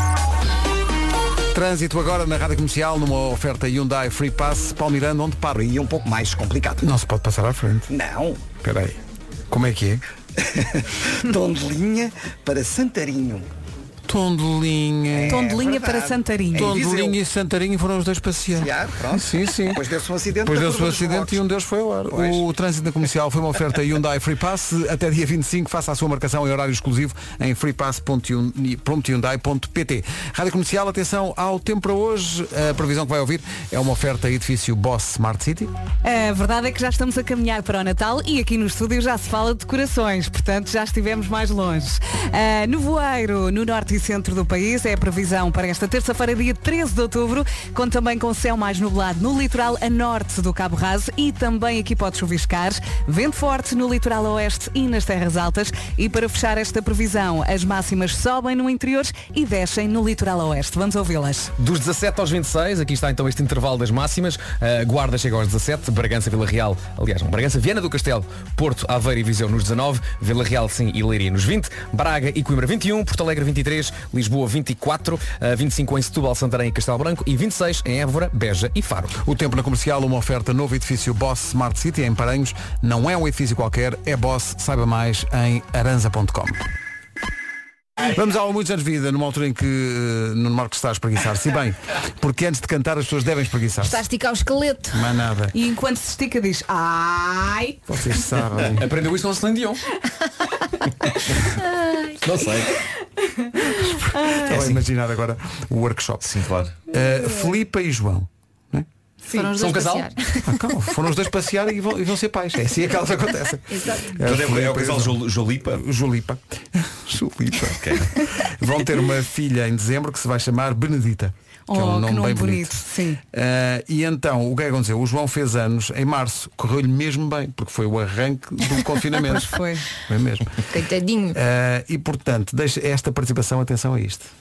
Trânsito agora na Rádio Comercial, numa oferta Hyundai Free Pass. Paulo Miranda, onde para? E um pouco mais complicado. Não se pode passar à frente. Não. Espera aí. Como é que é? Tom de linha para Santarinho. Tom de linha. Tom de linha verdade. para Santarinho. Tom de Viseu. linha e Santarinho foram os dois passear. Passear, pronto. Sim, sim. Depois deu-se um acidente. Depois da deu-se um curva dos acidente blocos. e um deles foi ao ar. Pois. O trânsito na comercial foi uma oferta Hyundai Free Pass. Até dia vinte e cinco, faça a sua marcação em horário exclusivo em freepass ponto hyundai ponto pt. Rádio Comercial, atenção ao tempo para hoje. A previsão que vai ouvir é uma oferta edifício Boss Smart City. A verdade é que já estamos a caminhar para o Natal e aqui no estúdio já se fala de decorações, portanto já estivemos mais longe. Uh, no Voeiro, no norte e centro do país, é a previsão para esta terça-feira, dia treze de outubro, conta também com céu mais nublado no litoral a norte do Cabo Raso e também aqui pode chuviscar, vento forte no litoral oeste e nas terras altas. E para fechar esta previsão, as máximas sobem no interior e descem no litoral oeste. Vamos ouvi-las. Dos dezassete aos vinte e seis, aqui está então este intervalo das máximas. Uh, Guarda chega aos dezassete, Bragança, Vila Real, aliás, não, Bragança, Viana do Castelo, Porto, Aveiro e Viseu nos dezanove, Vila Real, sim, e Leiria nos vinte, Braga e Coimbra vinte e um, Porto Alegre vinte e três, Lisboa vinte e quatro, uh, vinte e cinco em Setúbal, Santarém e Castelo Branco e vinte e seis em Évora, Beja e Faro. O tempo na comercial, uma oferta novo edifício Boss Smart City em Paranhos. Não é um edifício qualquer, é Boss. Saiba mais em aranza ponto com. Vamos ao muitos anos de vida, numa altura em que uh, Nuno Marcos está a espreguiçar-se. E bem, porque antes de cantar as pessoas devem espreguiçar-se. Está a esticar o esqueleto. Mais nada. E enquanto se estica diz, ai. Vocês sabem. Aprendeu isto com o Celine Dion. Não sei. Estava a imaginar agora o workshop. Sim, claro. Uh, Filipa e João. Foram os São um dois casal? passear. Ah, calma, foram os dois passear e vão, e vão ser pais. É assim é que elas acontecem. Exato. Então é, é o casal Jol- Jolipa. Jolipa. Jolipa. Ok. Vão ter uma filha em dezembro que se vai chamar Benedita. Que é Oh, um que nome nome bem bonito, bonito. sim. Uh, e então, o que é que aconteceu? O João fez anos em março. Correu-lhe mesmo bem, porque foi o arranque do confinamento. Pois foi. Foi mesmo. Coitadinho. Uh, e portanto, deixa esta participação, atenção a isto.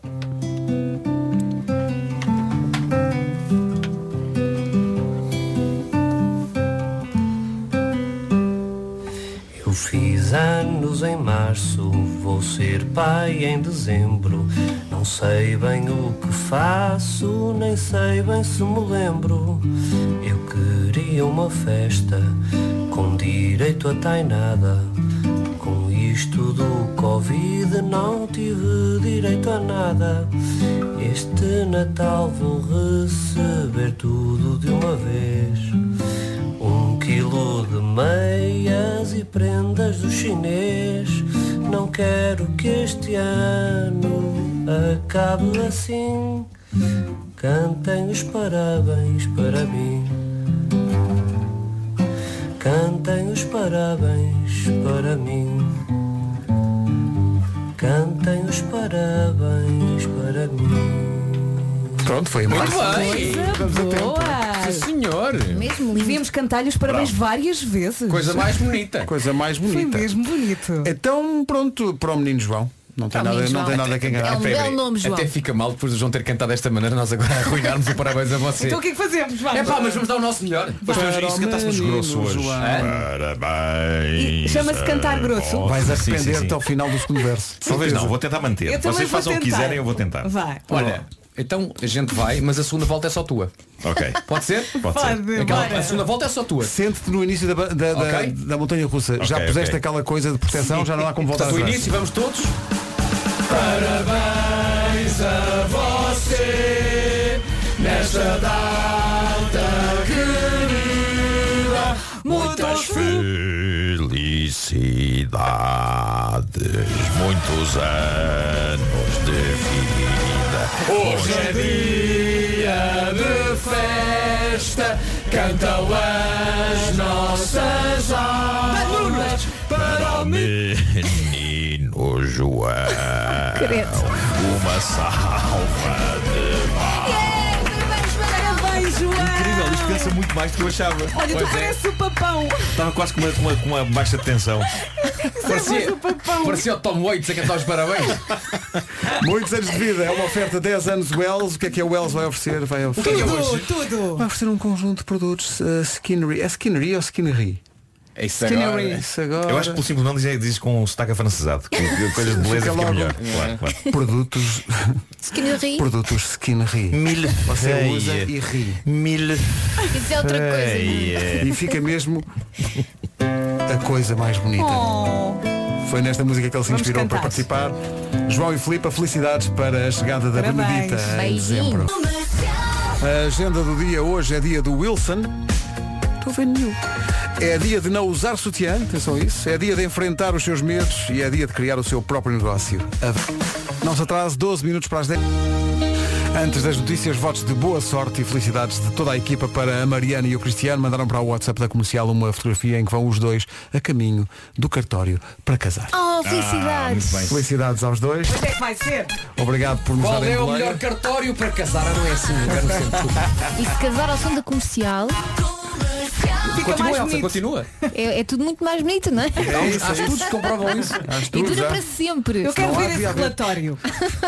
Eu fiz anos em março, vou ser pai em dezembro. Não sei bem o que faço, nem sei bem se me lembro. Eu queria uma festa com direito a tainada. Com isto do Covid não tive direito a nada. Este Natal vou receber tudo de uma vez. Um quilo de meias e prendas do chinês. Não quero que este ano acabe assim. Cantem os parabéns para mim. Cantem os parabéns para mim. Cantem os parabéns para mim. Pronto, foi em Muito março. bem. Vamos a tempo. Boa. Sim, senhor. Mesmo lindo. Devíamos cantar-lhe os parabéns várias vezes. Coisa mais bonita. Coisa mais Foi bonita. mesmo bonito. Então, pronto, para o menino João. Não tem, Para o nada, menino não tem João. nada a quem É ganhar. um belo nome, João. Até fica mal depois do João ter cantado desta maneira, nós agora arruinarmos o parabéns a você. Então o que é que fazemos? Vamos. É pá, mas vamos dar o nosso melhor. Mas Para e se o cantássemos menino grosso hoje? João. Parabéns. E chama-se cantar grosso. Oh, Vais sim, arrepender-te sim, sim. ao final do segundo verso. Talvez não, vou tentar manter. Eu também Vocês vou façam o que tentar. quiserem, eu vou tentar. Vai. Olha, então a gente vai, mas a segunda volta é só tua. Ok. Pode ser? Pode ser. Pode, Aquela- bora. a segunda volta é só tua. Sente-te no início da, ba- da, da- Ok. da montanha russa. Já Ok, puseste ok. aquela coisa de proteção, já não há como voltar Portanto, o atrás. início, vamos todos. Parabéns a você nesta data querida. muitas felicidades, muitos anos de vida. Hoje é dia de festa, cantam as nossas almas para o menino João. Uma salva de incrível, isto pensa muito mais do que eu achava. Olha, tu parece o papão. Estava quase com uma, com uma, com uma baixa tensão. Parecia, parecia o Tom Waits a cantar os parabéns. Muitos anos de vida, é uma oferta dez anos Wells. O que é que a Wells vai oferecer? Vai oferecer, Tudo, tudo. vai oferecer um conjunto de produtos uh, Skinnery. É Skinnery ou Skinnery? É isso agora. Isso agora. Eu acho que pelo simples nome diz, diz com um sotaque afrancesado. Que coisas de beleza fica melhor. Claro, claro. Produtos Skinnery. Produtos Skinnery. Mil Você usa e ri. Mil. Isso é outra coisa. E fica mesmo a coisa mais bonita. Oh. Foi nesta música que ele se Vamos inspirou cantar. para participar. João e Filipe, felicidades para a chegada da Parabéns. Benedita em Beijinho. dezembro. A agenda do dia hoje é dia do Wilson. Estou vendo nenhum. É dia de não usar sutiã, atenção a isso. É dia de enfrentar os seus medos e é dia de criar o seu próprio negócio. Não se atrase, doze minutos para as dez. Antes das notícias, votos de boa sorte e felicidades de toda a equipa para a Mariana e o Cristiano. Mandaram para o WhatsApp da Comercial uma fotografia em que vão os dois a caminho do cartório para casar. Oh, Ah, felicidades. muito bem. Felicidades aos dois. Onde é que vai ser? Obrigado por nos Qual darem é o boleia. melhor cartório para casar? Ah, não é assim, eu quero sempre tudo. E se casar ao som da Comercial, Fica Continua, mais Elsa, bonito. continua. é, é tudo muito mais bonito, não é? É isso, Há é isso. estudos que comprovam isso. Há E estudos, dura já. para sempre. Eu quero Não há, ver esse devia haver. relatório.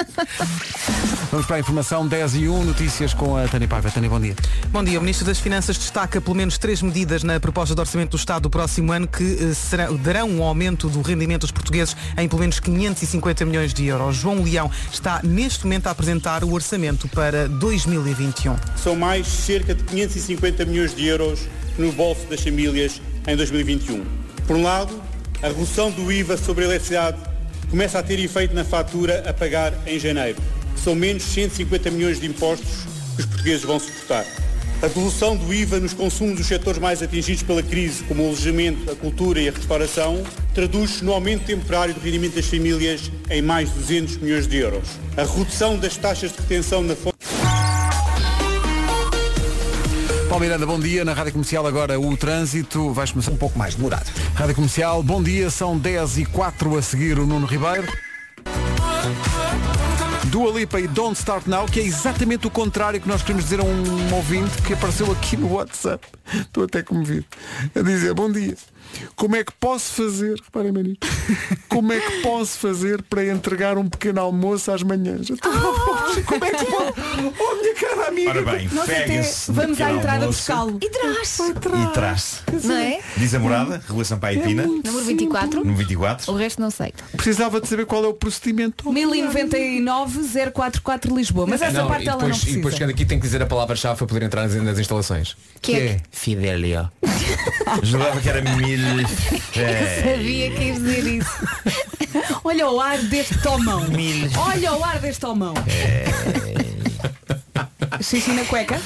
Vamos para a informação dez e um, notícias com a Tânia Paiva. Tânia, bom dia. Bom dia. O Ministro das Finanças destaca pelo menos três medidas na proposta de orçamento do Estado do próximo ano que eh, serão, darão um aumento do rendimento dos portugueses em pelo menos quinhentos e cinquenta milhões de euros. João Leão está neste momento a apresentar o orçamento para dois mil e vinte e um. São mais cerca de quinhentos e cinquenta milhões de euros no bolso das famílias em dois mil e vinte e um. Por um lado, a redução do I V A sobre a eletricidade começa a ter efeito na fatura a pagar em janeiro. São menos cento e cinquenta milhões de impostos que os portugueses vão suportar. A devolução do I V A nos consumos dos setores mais atingidos pela crise, como o alojamento, a cultura e a restauração, traduz-se no aumento temporário do rendimento das famílias em mais de duzentos milhões de euros. A redução das taxas de retenção na fonte... Paulo Miranda, bom dia. Na Rádio Comercial agora o trânsito. Vais começar um pouco mais demorado. Rádio Comercial, bom dia. São dez e quatro a seguir o Nuno Ribeiro. Dua Lipa e Don't Start Now, que é exatamente o contrário que nós queremos dizer a um ouvinte que apareceu aqui no WhatsApp. Estou até comovido. A dizer, bom dia. Como é que posso fazer, reparem bem nisto, como é que posso fazer para entregar um pequeno almoço às manhãs? Então, como é que posso? Oh, minha cara amiga. Ora bem, Nós até pega-se. vamos à entrada almoço buscá-lo. E traz. E traz. Não é? Diz a morada, Rua Sampaio Pina, Número vinte e quatro. no vinte e quatro. O resto não sei. Precisava de saber qual é o procedimento. mil e noventa e nove zero quatro quatro Lisboa. Mas essa Não, parte e ela não depois, e precisa. depois chegando aqui tem que dizer a palavra-chave para poder entrar nas, nas instalações. Que é? Fidelio. Jurava que era mil. Sabia que ias dizer isso. Olha o ar deste tomão. Mil. Olha o ar deste tomão. Xixi na cueca.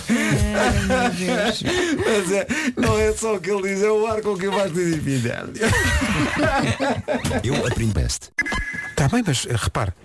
Mas é, não é só o que ele diz, é o ar com que eu vais dizer fidel. Eu aprendi best. Está bem, mas eh, repare.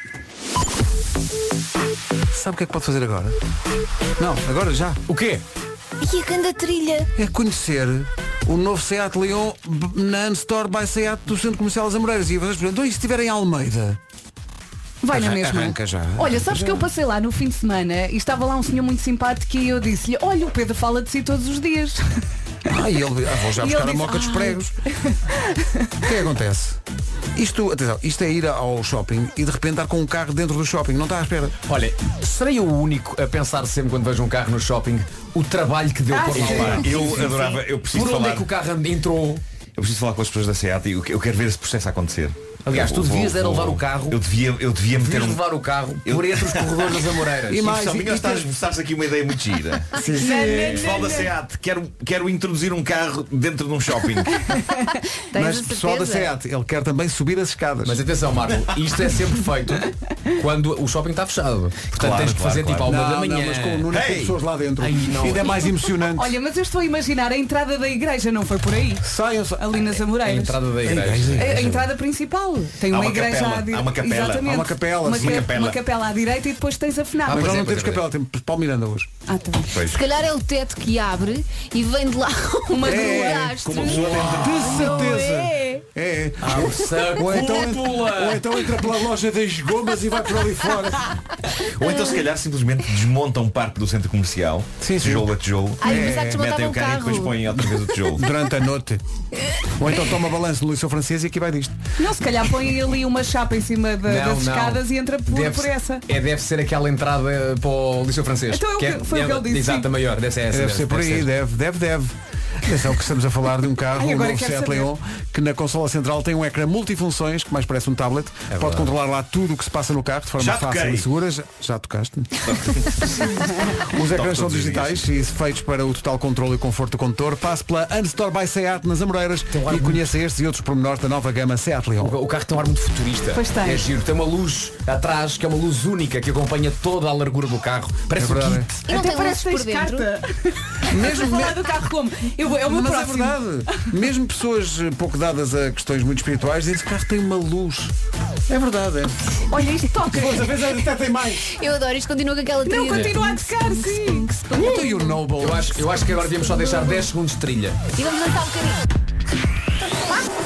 Sabe o que é que pode fazer agora? Não, agora já. O quê? E a grande trilha. É conhecer o novo Seat Leon b- na Unstore by Seat do Centro Comercial das Amoreiras. E vocês perguntam, então e se estiver em Almeida? Vai na Arran- mesma. arranca já. Olha, sabes que eu passei lá no fim de semana e estava lá um senhor muito simpático e eu disse-lhe, olha, o Pedro fala de si todos os dias. Ah, e ele, ah, vou já E buscar ele a disse, moca dos "Ai." pregos. O que é que acontece? Isto, atenção, isto é ir ao shopping e de repente estar com um carro dentro do shopping. Não está à espera. Olha, serei eu o único a pensar sempre quando vejo um carro no shopping o trabalho que deu Ah, por sim. lá. Eu adorava, eu preciso Por onde falar. é que o carro entrou? Eu preciso falar com as pessoas da SEAT e eu eu quero ver esse processo acontecer. Aliás, tu Eu devias vou- era vou- levar o carro. Eu devia, eu devia meter Devias um... levar o carro Eu- por entre os corredores das Amoreiras. E mais, e- e, e- está a esboçar-se aqui uma ideia muito gira. Sim, sim. Pessoal da SEAT, quero, quero introduzir um carro dentro de um shopping. Mas pessoal da SEAT, ele quer também subir as escadas. Mas atenção, Marco, isto é sempre feito quando o shopping está fechado. Portanto, Claro, tens que claro, fazer claro. tipo à uma Não, da manhã. não, mas com o Nuno tem Hey! pessoas lá dentro. Ai, não. Ainda é mais emocionante. Olha, mas eu estou a imaginar a entrada da igreja, não foi por aí? Saiam, sa- Ali nas A Amoreiras. entrada da igreja. A, a entrada principal. Tem Há uma, uma igreja capela, à direita. há uma capela. Exatamente. Há uma capela, Uma, sim. ca- Uma capela. uma capela à direita e depois tens a FNAC. Ah, Mas pois nós é, não pois temos é, capela, temos Paulo Miranda hoje. Ah, tá bem. Pois. Se calhar é o teto que abre e vem de lá uma É, desastre. com uma pessoa dentro. De certeza. É. É. Ah, o saco Ou então, pula. ou então entra pela loja das gomas e vai por ali fora. Ou então se calhar simplesmente desmontam parte do centro comercial, Sim, sim. tijolo a tijolo, Ai, mas há que desmontar metem um o carro e depois carro. põem outra vez o tijolo. Durante a noite. Ou então toma balanço no Liceu Francês e aqui vai disto. Não, se calhar põe ali uma chapa em cima da- Não, das não. escadas e entra por, Deve por ser- essa. É, deve ser aquela entrada eh, para o Liceu Francês. Então é o que- foi o que ele disse, Exato, sim. a maior. Deve ser essa. Deve ser por aí, ser. deve, deve, deve. Atenção que estamos a falar de um carro, Ai, um agora novo quero Seat saber. Leon, que na consola central tem um ecrã multifunções, que mais parece um tablet. Pode verdade. controlar lá tudo o que se passa no carro de forma Já fácil toquei. e segura. Já, já tocaste. Os ecrãs são todos os digitais e feitos para o total controle e conforto do condutor. Passe pela Unstore by Seat nas Amoreiras um ar e conheça estes e outros pormenores da nova gama Seat Leon. O, o carro tem um ar muito futurista. Pois tem. É giro. Tem uma luz atrás que é uma luz única que acompanha toda a largura do carro. Parece É um verdade. kit. E não Até tem parece luzes que por tens dentro. carta. Mesmo, a falar do carro como? Eu, vou- é o meu Mas próximo. é verdade. Mesmo pessoas eh, pouco dadas a questões muito espirituais dizem que o carro tem uma luz. É verdade, é. Olha, isto toca. Às vezes até tem mais. Eu adoro isto, continua com aquela Não, trilha. continua a tocar, sim. Então e o Noble? Eu acho, eu acho que agora devíamos só deixar dez segundos de trilha. E vamos dançar um bocadinho.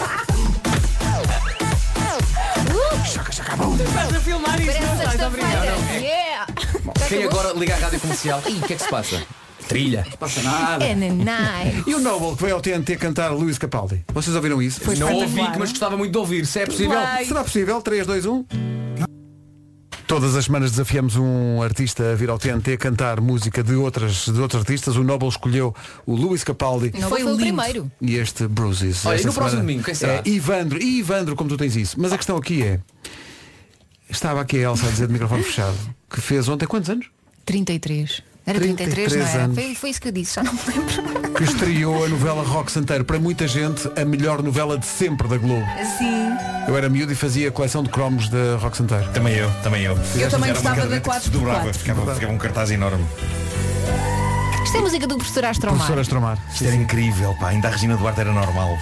Estás a filmar isto, Parece não estás? sexta-feira. Obrigada. Yeah. Quem agora liga à rádio comercial? Ih, o que é que se passa? Trilha. Não passa nada. É nanai. E o Noble que veio ao T N T cantar Luís Capaldi? Vocês ouviram isso? Foi Não espetacular. ouvi, mas gostava muito de ouvir. Se é possível. Vai. Será possível? três, dois, um. Todas as semanas desafiamos um artista a vir ao T N T cantar música de, outras, de outros artistas. O Noble escolheu o Luís Capaldi Não foi o lindo. primeiro. e este Bruises. Olha, e Esta no próximo semana domingo, quem será? É Ivandro. E Ivandro, como tu tens isso. Mas a questão aqui é... Estava aqui a Elsa a dizer de microfone fechado que fez ontem quantos anos? trinta e três. Era trinta trinta e e três, três não era? anos. Foi, foi isso que eu disse, já não me lembro. Que estreou a novela Rock Santeiro. Para muita gente, a melhor novela de sempre da Globo. Sim. Eu era miúdo e fazia coleção de cromos da Rock Santeiro. Também eu, também eu. Eu também Era uma gostava da caderneta que quatro se por dobrava, quatro. ficava, ficava um cartaz enorme. Isto é a música do professor Astromar. Professor Astromar. Isto era incrível, pá, ainda a Regina Duarte era normal.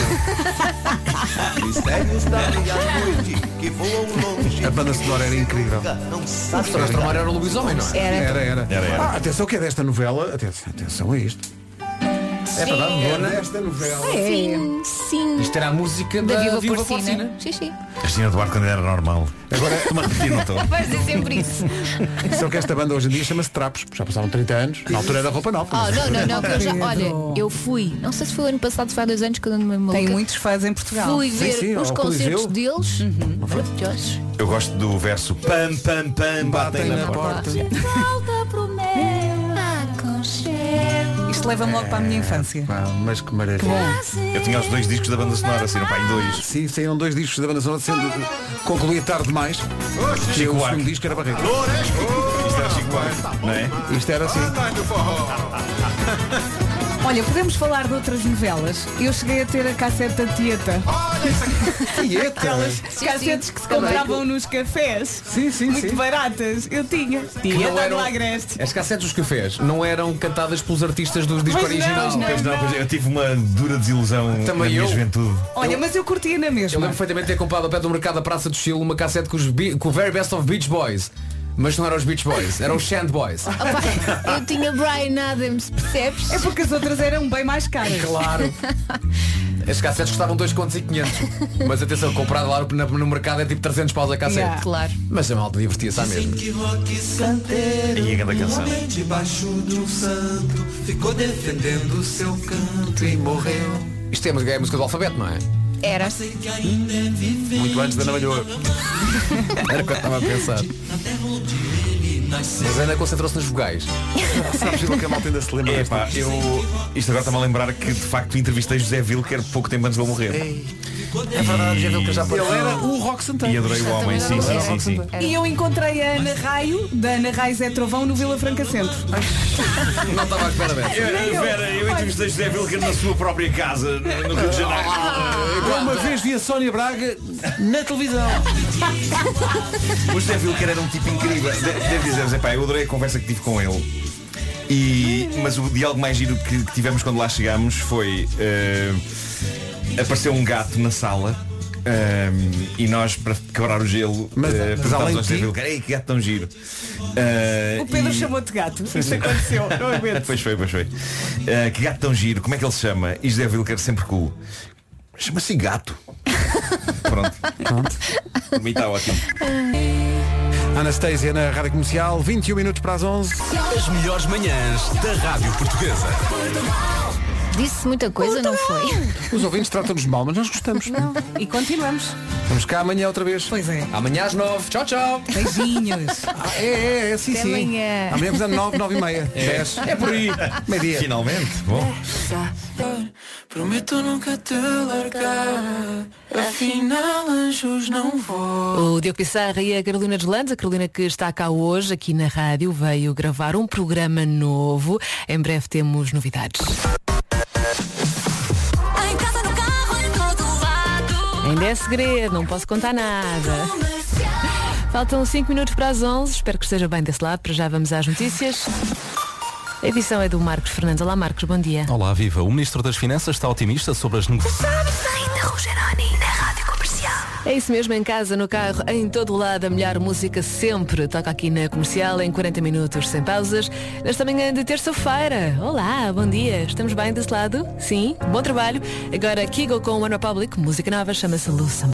A banda sonora era incrível. O professor Astromar era o lobisomem, não é? Era. Era, era. Era, era. Ah, atenção que é desta novela. Atenção, atenção a isto. É verdade, É dona. desta novela. Sim, sim. Isto era a música Da da, Viva, Viva Porcina. Porcina. Sim, sim. A Regina Duarte quando era normal. Agora, Estou-me a repetir, não estou? Vais dizer sempre isso. só que esta banda hoje em dia chama-se Trapos. Já passaram trinta anos. Na altura era roupa nova. Oh, não, não, não, que eu já, Pedro. olha, eu fui, não sei se foi o ano passado, se foi há dois anos que eu ando meio maluca. Tem muitos fãs em Portugal. Fui Sim, ver sim, os ao concertos Coliseu. deles. Maravilhosos. Eu gosto do verso pam, pam, pam, batem na, porta. Falta pro meu aconchego. Isto leva-me logo para a minha infância. Pá, mas que maravilha. Eu tinha os dois discos da banda sonora, assim, pá, em dois. Sim, saíram dois discos da banda sonora, sendo concluía tarde demais. Que Chico o Buarque. segundo disco era Barreto. Isto era Chico Buarque, não é? Isto era assim. Olha, podemos falar de outras novelas. Eu cheguei a ter a cassete da Tieta. Tieta. Aquelas Sim, cassetes sim. que se compravam nos cafés. Sim, sim, Muito sim. baratas. Eu tinha. Não Tieta eram- do Agreste. As cassetes dos cafés não eram cantadas pelos artistas do disco Pois não, original. pois não. Pois não, pois eu tive uma dura desilusão na Também minha eu. juventude. Olha, mas eu curtia na Eu mesma. lembro perfeitamente de ter comprado ao pé do mercado da Praça do Chile uma cassete com, os Be- com o Very Best of Beach Boys. Mas não eram os Beach Boys, eram os Shand Boys. Opa, eu tinha Brian Adams, percebes? É porque as outras eram bem mais caras. Claro. As cassetes custavam dois contos e quinhentos. Mas atenção, comprado lá no, no mercado é tipo trezentos paus a cassete. Yeah. Claro. Mas a malta divertia-se à mesmo. E a grande canção. Debaixo de um santo, ficou defendendo o seu canto e morreu. Isto é, é a música do alfabeto, não é? Era. Muito antes da Navalhoa. Era o que eu estava a pensar. Mas Ana concentrou-se nas vogais. Sabes que a malta ainda se lembra. É pá, eu. Isto agora está-me a lembrar que de facto entrevistei José Wilker pouco tempo antes de ele morrer. É verdade, já viu que já pode. Ele era o Rock Santana. E adorei o homem, sim, sim, sim, sim. E eu encontrei a Ana Raio, da Ana Raio Zé Trovão, no Vila Franca Centro. Não estava à espera dessa. Eu, Vera, eu entrevistei José Wilker na sua própria casa, no Rio de Janeiro. Eu uma vez vi a Sónia Braga na televisão. O José Wilker era um tipo incrível. De- Devo dizer-vos, epá, eu adorei a conversa que tive com ele. E, mas o diálogo mais giro que, que tivemos quando lá chegámos foi eh, apareceu um gato na sala eh, e nós, para quebrar o gelo, Mas- eh, mas além perguntámos ao de José ti? Wilker: ei, que gato tão giro. Eh, O Pedro e- chamou-te gato. Isto aconteceu. Não aguento. Pois foi, pois foi. Eh, que gato tão giro, como é que ele se chama? E José Wilker sempre cool. Chama-se gato. Pronto. Pronto. Para mim está ótimo. Anastasia na Rádio Comercial, vinte e um minutos para as onze. As melhores manhãs da Rádio Portuguesa. Disse muita coisa, não foi? Os ouvintes tratam-nos mal, mas nós gostamos. Não. E continuamos. Vamos cá amanhã outra vez. Pois é. Amanhã às nove. Tchau, tchau. Beijinhos. Ah, é, é, é, sim, Até sim. amanhã. Amanhã vamos a nove, nove e meia. dez. É por aí. Meio-dia. Finalmente. Bom. Prometo nunca te largar. Afinal, anjos não vou. O Diogo Pissarra e a Carolina Deslandes, a Carolina que está cá hoje, aqui na rádio, veio gravar um programa novo. Em breve temos novidades. Em casa, no carro, em todo lado. Ainda é segredo, não posso contar nada. Faltam cinco minutos para as onze, espero que esteja bem desse lado. Para já vamos às notícias. A edição é do Marcos Fernandes. Olá Marcos, bom dia. Olá, viva. O Ministro das Finanças está otimista sobre as negociações. Rita Rogeroni, na Rádio Comercial. É isso mesmo, em casa, no carro, em todo o lado, a melhor música sempre. Toca aqui na Comercial em quarenta minutos sem pausas. Nesta manhã de terça-feira. Olá, bom dia. Estamos bem desse lado? Sim, bom trabalho. Agora Kigo com One Republic, música nova, chama-se Luça.